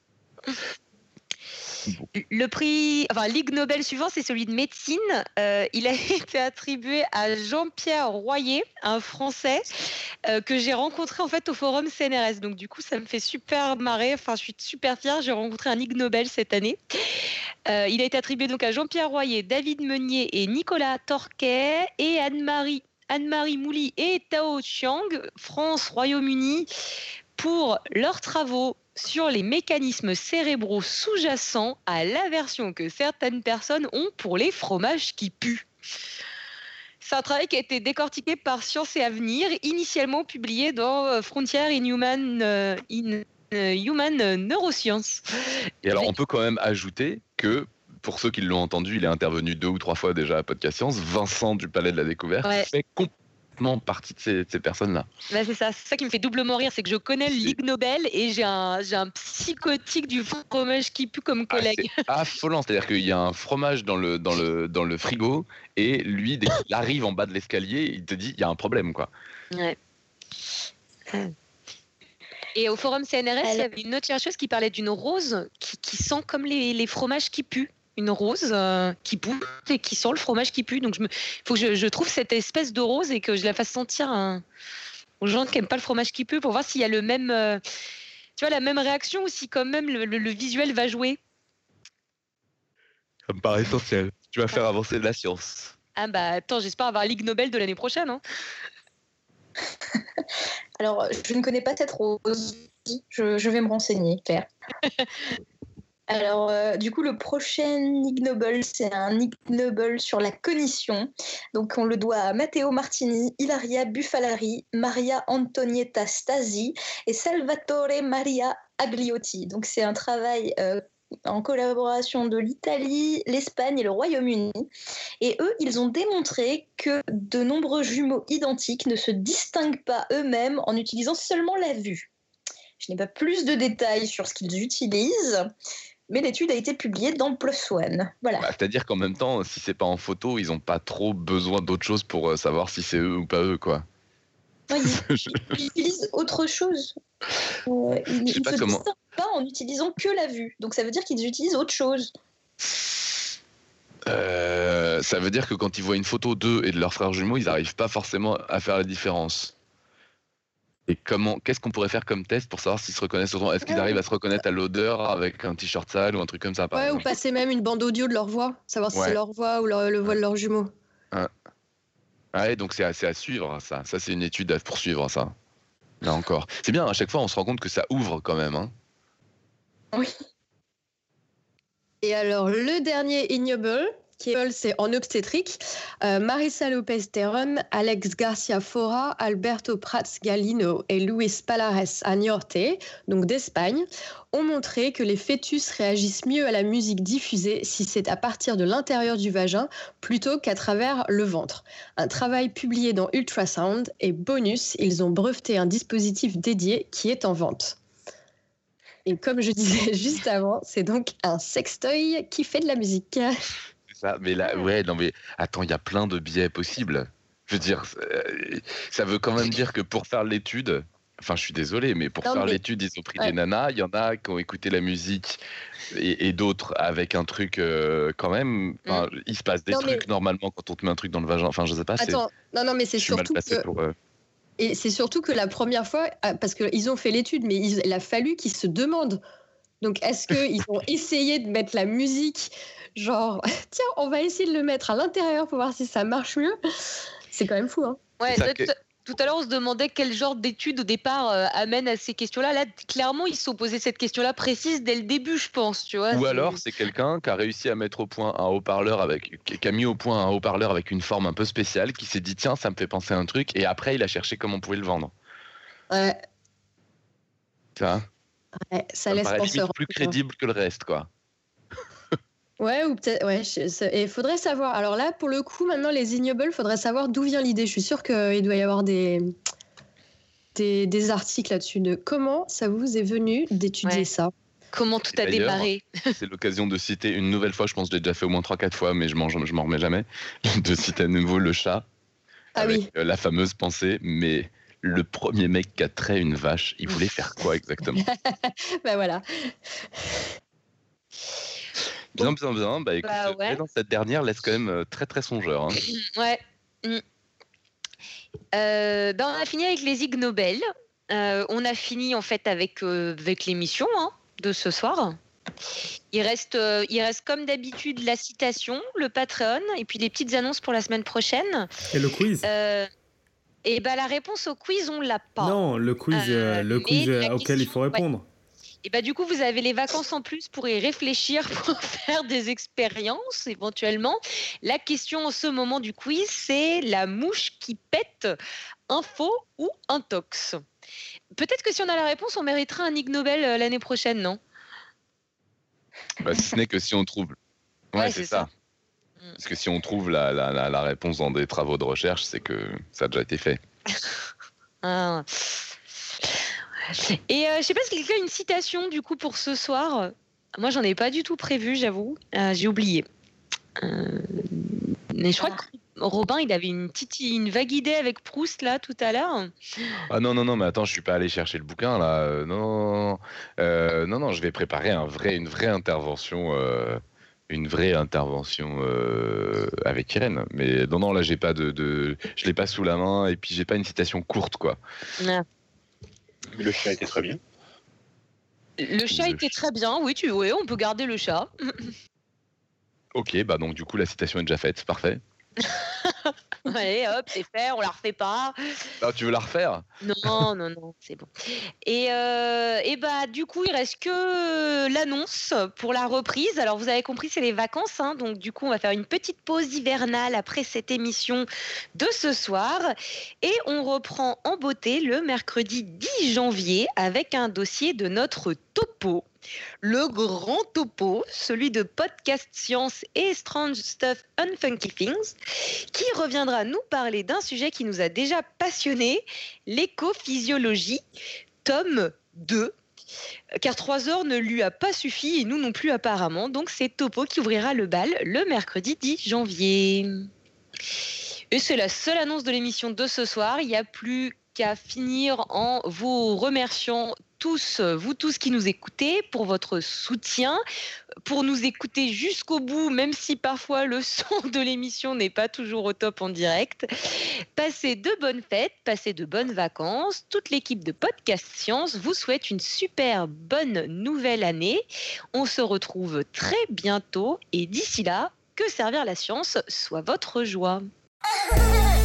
[SPEAKER 1] Le prix, l'Ig Nobel suivant, c'est celui de médecine. Il a été attribué à Jean-Pierre Royer, un Français que j'ai rencontré en fait au forum CNRS. Donc du coup, ça me fait super marrer. Enfin, je suis super fière. J'ai rencontré un Ig Nobel cette année. Il a été attribué donc à Jean-Pierre Royer, David Meunier et Nicolas Torquet et Anne-Marie Mouly et Tao Chiang, France, Royaume-Uni, pour leurs travaux sur les mécanismes cérébraux sous-jacents à l'aversion que certaines personnes ont pour les fromages qui puent. C'est un travail qui a été décortiqué par Science et Avenir, initialement publié dans Frontiers in Human Neuroscience.
[SPEAKER 4] Et alors, on peut quand même ajouter que, pour ceux qui l'ont entendu, il est intervenu 2 ou 3 fois déjà à Podcast Science. Vincent du Palais de la Découverte fait complètement partie de ces personnes-là.
[SPEAKER 1] Bah c'est ça qui me fait doublement rire, c'est que je connais le Ig Nobel et j'ai un psychotique du fromage qui pue comme collègue.
[SPEAKER 4] C'est affolant, c'est-à-dire qu'il y a un fromage dans le frigo et lui, dès qu'il arrive en bas de l'escalier, il te dit il y a un problème, quoi.
[SPEAKER 1] Ouais. Et au forum CNRS, il y avait une autre chercheuse qui parlait d'une rose qui sent comme les fromages qui puent. Une rose qui pousse et qui sent le fromage qui pue. Donc, faut que je trouve cette espèce de rose et que je la fasse sentir aux gens qui n'aiment pas le fromage qui pue pour voir s'il y a la même réaction ou si quand même le visuel va jouer.
[SPEAKER 4] Ça me paraît essentiel. Tu vas faire avancer la science.
[SPEAKER 1] Ah bah attends, j'espère avoir l'Ig Nobel de l'année prochaine. Hein.
[SPEAKER 5] Alors, je ne connais pas cette rose. Je vais me renseigner, Claire. Alors, du coup, le prochain Ig Nobel, c'est un Ig Nobel sur la cognition. Donc, on le doit à Matteo Martini, Ilaria Bufalari, Maria Antonietta Stasi et Salvatore Maria Agliotti. Donc, c'est un travail en collaboration de l'Italie, l'Espagne et le Royaume-Uni. Et eux, ils ont démontré que de nombreux jumeaux identiques ne se distinguent pas eux-mêmes en utilisant seulement la vue. Je n'ai pas plus de détails sur ce qu'ils utilisent, mais l'étude a été publiée dans PLOS ONE. Voilà.
[SPEAKER 4] C'est-à-dire qu'en même temps, si c'est pas en photo, ils n'ont pas trop besoin d'autre chose pour savoir si c'est eux ou pas eux, quoi.
[SPEAKER 5] Ouais, ils utilisent autre chose. Ils ne se distinguent pas en utilisant que la vue. Donc ça veut dire qu'ils utilisent autre chose.
[SPEAKER 4] Ça veut dire que quand ils voient une photo d'eux et de leurs frères jumeaux, ils n'arrivent pas forcément à faire la différence. Et qu'est-ce qu'on pourrait faire comme test pour savoir s'ils se reconnaissent autant? Est-ce qu'ils arrivent à se reconnaître à l'odeur avec un t-shirt sale ou un truc comme ça, par exemple?
[SPEAKER 6] Ou passer même une bande audio de leur voix, savoir si c'est leur voix ou le voix de leurs jumeaux.
[SPEAKER 4] Ouais, donc c'est assez à suivre, ça. Ça, c'est une étude à poursuivre, ça. Là encore. C'est bien, à chaque fois, on se rend compte que ça ouvre quand même. Hein.
[SPEAKER 5] Oui.
[SPEAKER 6] Et alors, le dernier Ig Nobel, c'est en obstétrique. Marisa López-Terrón, Alex Garcia Fora, Alberto Prats Galino et Luis Palares Añorte, donc d'Espagne, ont montré que les fœtus réagissent mieux à la musique diffusée si c'est à partir de l'intérieur du vagin plutôt qu'à travers le ventre. Un travail publié dans Ultrasound et bonus, ils ont breveté un dispositif dédié qui est en vente. Et comme je disais juste avant, c'est donc un sextoy qui fait de la musique.
[SPEAKER 4] Ça, mais là, mais attends, il y a plein de biais possibles. Je veux dire, ça veut quand même dire que pour faire l'étude, Enfin, je suis désolé, mais pour faire l'étude, ils ont pris des nanas. Il y en a qui ont écouté la musique et d'autres avec un truc quand même. Enfin, il se passe des trucs normalement quand on te met un truc dans le vagin. Enfin, je sais pas.
[SPEAKER 6] Attends, non, mais c'est surtout que... Et c'est surtout que la première fois, parce qu'ils ont fait l'étude, mais il a fallu qu'ils se demandent. Donc, est-ce qu'ils ont essayé de mettre la musique, genre, tiens, on va essayer de le mettre à l'intérieur pour voir si ça marche mieux. C'est quand même fou, hein.
[SPEAKER 1] Ouais, tout à l'heure, on se demandait quel genre d'études au départ amène à ces questions-là. Là, clairement, ils se sont posés cette question-là précise dès le début, je pense. Tu vois,
[SPEAKER 4] ou alors, c'est quelqu'un qui a réussi à mettre au point un haut-parleur qui a mis au point un haut-parleur avec une forme un peu spéciale, qui s'est dit tiens, ça me fait penser à un truc, et après, il a cherché comment on pouvait le vendre.
[SPEAKER 6] Ouais.
[SPEAKER 4] Ça
[SPEAKER 6] laisse
[SPEAKER 4] paraît
[SPEAKER 6] penser
[SPEAKER 4] limite plus crédible que le reste, quoi.
[SPEAKER 6] Ouais, ou peut-être. Ouais, il faudrait savoir. Alors là, pour le coup, maintenant, les ignobles, il faudrait savoir d'où vient l'idée. Je suis sûre qu'il doit y avoir des articles là-dessus de comment ça vous est venu d'étudier ça.
[SPEAKER 1] Comment tout a démarré.
[SPEAKER 4] C'est l'occasion de citer une nouvelle fois, je pense que je l'ai déjà fait au moins 3-4 fois, mais je m'en remets jamais, de citer à nouveau le chat. Avec la fameuse pensée, mais le premier mec qui a trait une vache, il voulait faire quoi exactement?
[SPEAKER 6] Ben voilà.
[SPEAKER 4] Bien. Bah écoute, dans cette dernière laisse quand même très très songeur. Hein.
[SPEAKER 1] Ouais. On a fini avec les Ig Nobel. On a fini en fait avec l'émission de ce soir. Il reste comme d'habitude la citation, le Patreon et puis les petites annonces pour la semaine prochaine.
[SPEAKER 3] Et le quiz.
[SPEAKER 1] Et la réponse au quiz on l'a pas.
[SPEAKER 3] Non, le quiz auquel il faut répondre.
[SPEAKER 1] Et du coup, vous avez les vacances en plus pour y réfléchir, pour faire des expériences éventuellement. La question en ce moment du quiz, c'est la mouche qui pète, info ou intox. Peut-être que si on a la réponse, on méritera un Ig Nobel l'année prochaine, non?
[SPEAKER 4] Si ce n'est que si on trouve... Ouais, c'est ça. Parce que si on trouve la réponse dans des travaux de recherche, c'est que ça a déjà été fait. Et je sais pas si quelqu'un a une citation du coup pour ce soir. Moi, j'en ai pas du tout prévu, j'avoue. J'ai oublié. Mais je crois que Robin, il avait une vague idée avec Proust là tout à l'heure. Ah non, mais attends, je suis pas allé chercher le bouquin là. Non, je vais préparer une vraie intervention. Une vraie intervention avec Irène. Mais non, là, j'ai pas je l'ai pas sous la main et puis j'ai pas une citation courte, quoi.
[SPEAKER 1] Ah.
[SPEAKER 7] Mais le chat était très bien.
[SPEAKER 1] Le chat était très bien, oui, on peut garder le chat.
[SPEAKER 4] Ok, donc du coup, la citation est déjà faite, parfait.
[SPEAKER 1] Allez, hop, c'est fait, on la refait pas.
[SPEAKER 4] Tu veux la refaire?
[SPEAKER 1] Non, c'est bon. Et du coup, il reste que l'annonce pour la reprise. Alors, vous avez compris, c'est les vacances, donc du coup, on va faire une petite pause hivernale après cette émission de ce soir. Et on reprend en beauté le mercredi 10 janvier avec un dossier de notre topo. Le grand topo, celui de Podcast Science et Strange Stuff Unfunky Things, qui reviendra nous parler d'un sujet qui nous a déjà passionnés, l'écophysiologie, tome 2. Car 3 heures ne lui a pas suffi et nous non plus apparemment. Donc c'est Topo qui ouvrira le bal le mercredi 10 janvier. Et c'est la seule annonce de l'émission de ce soir. Il n'y a plus qu'à finir en vous remerciant vous tous qui nous écoutez, pour votre soutien, pour nous écouter jusqu'au bout, même si parfois le son de l'émission n'est pas toujours au top en direct. Passez de bonnes fêtes, passez de bonnes vacances. Toute l'équipe de Podcast Science vous souhaite une super bonne nouvelle année. On se retrouve très bientôt et d'ici là, que servir la science soit votre joie.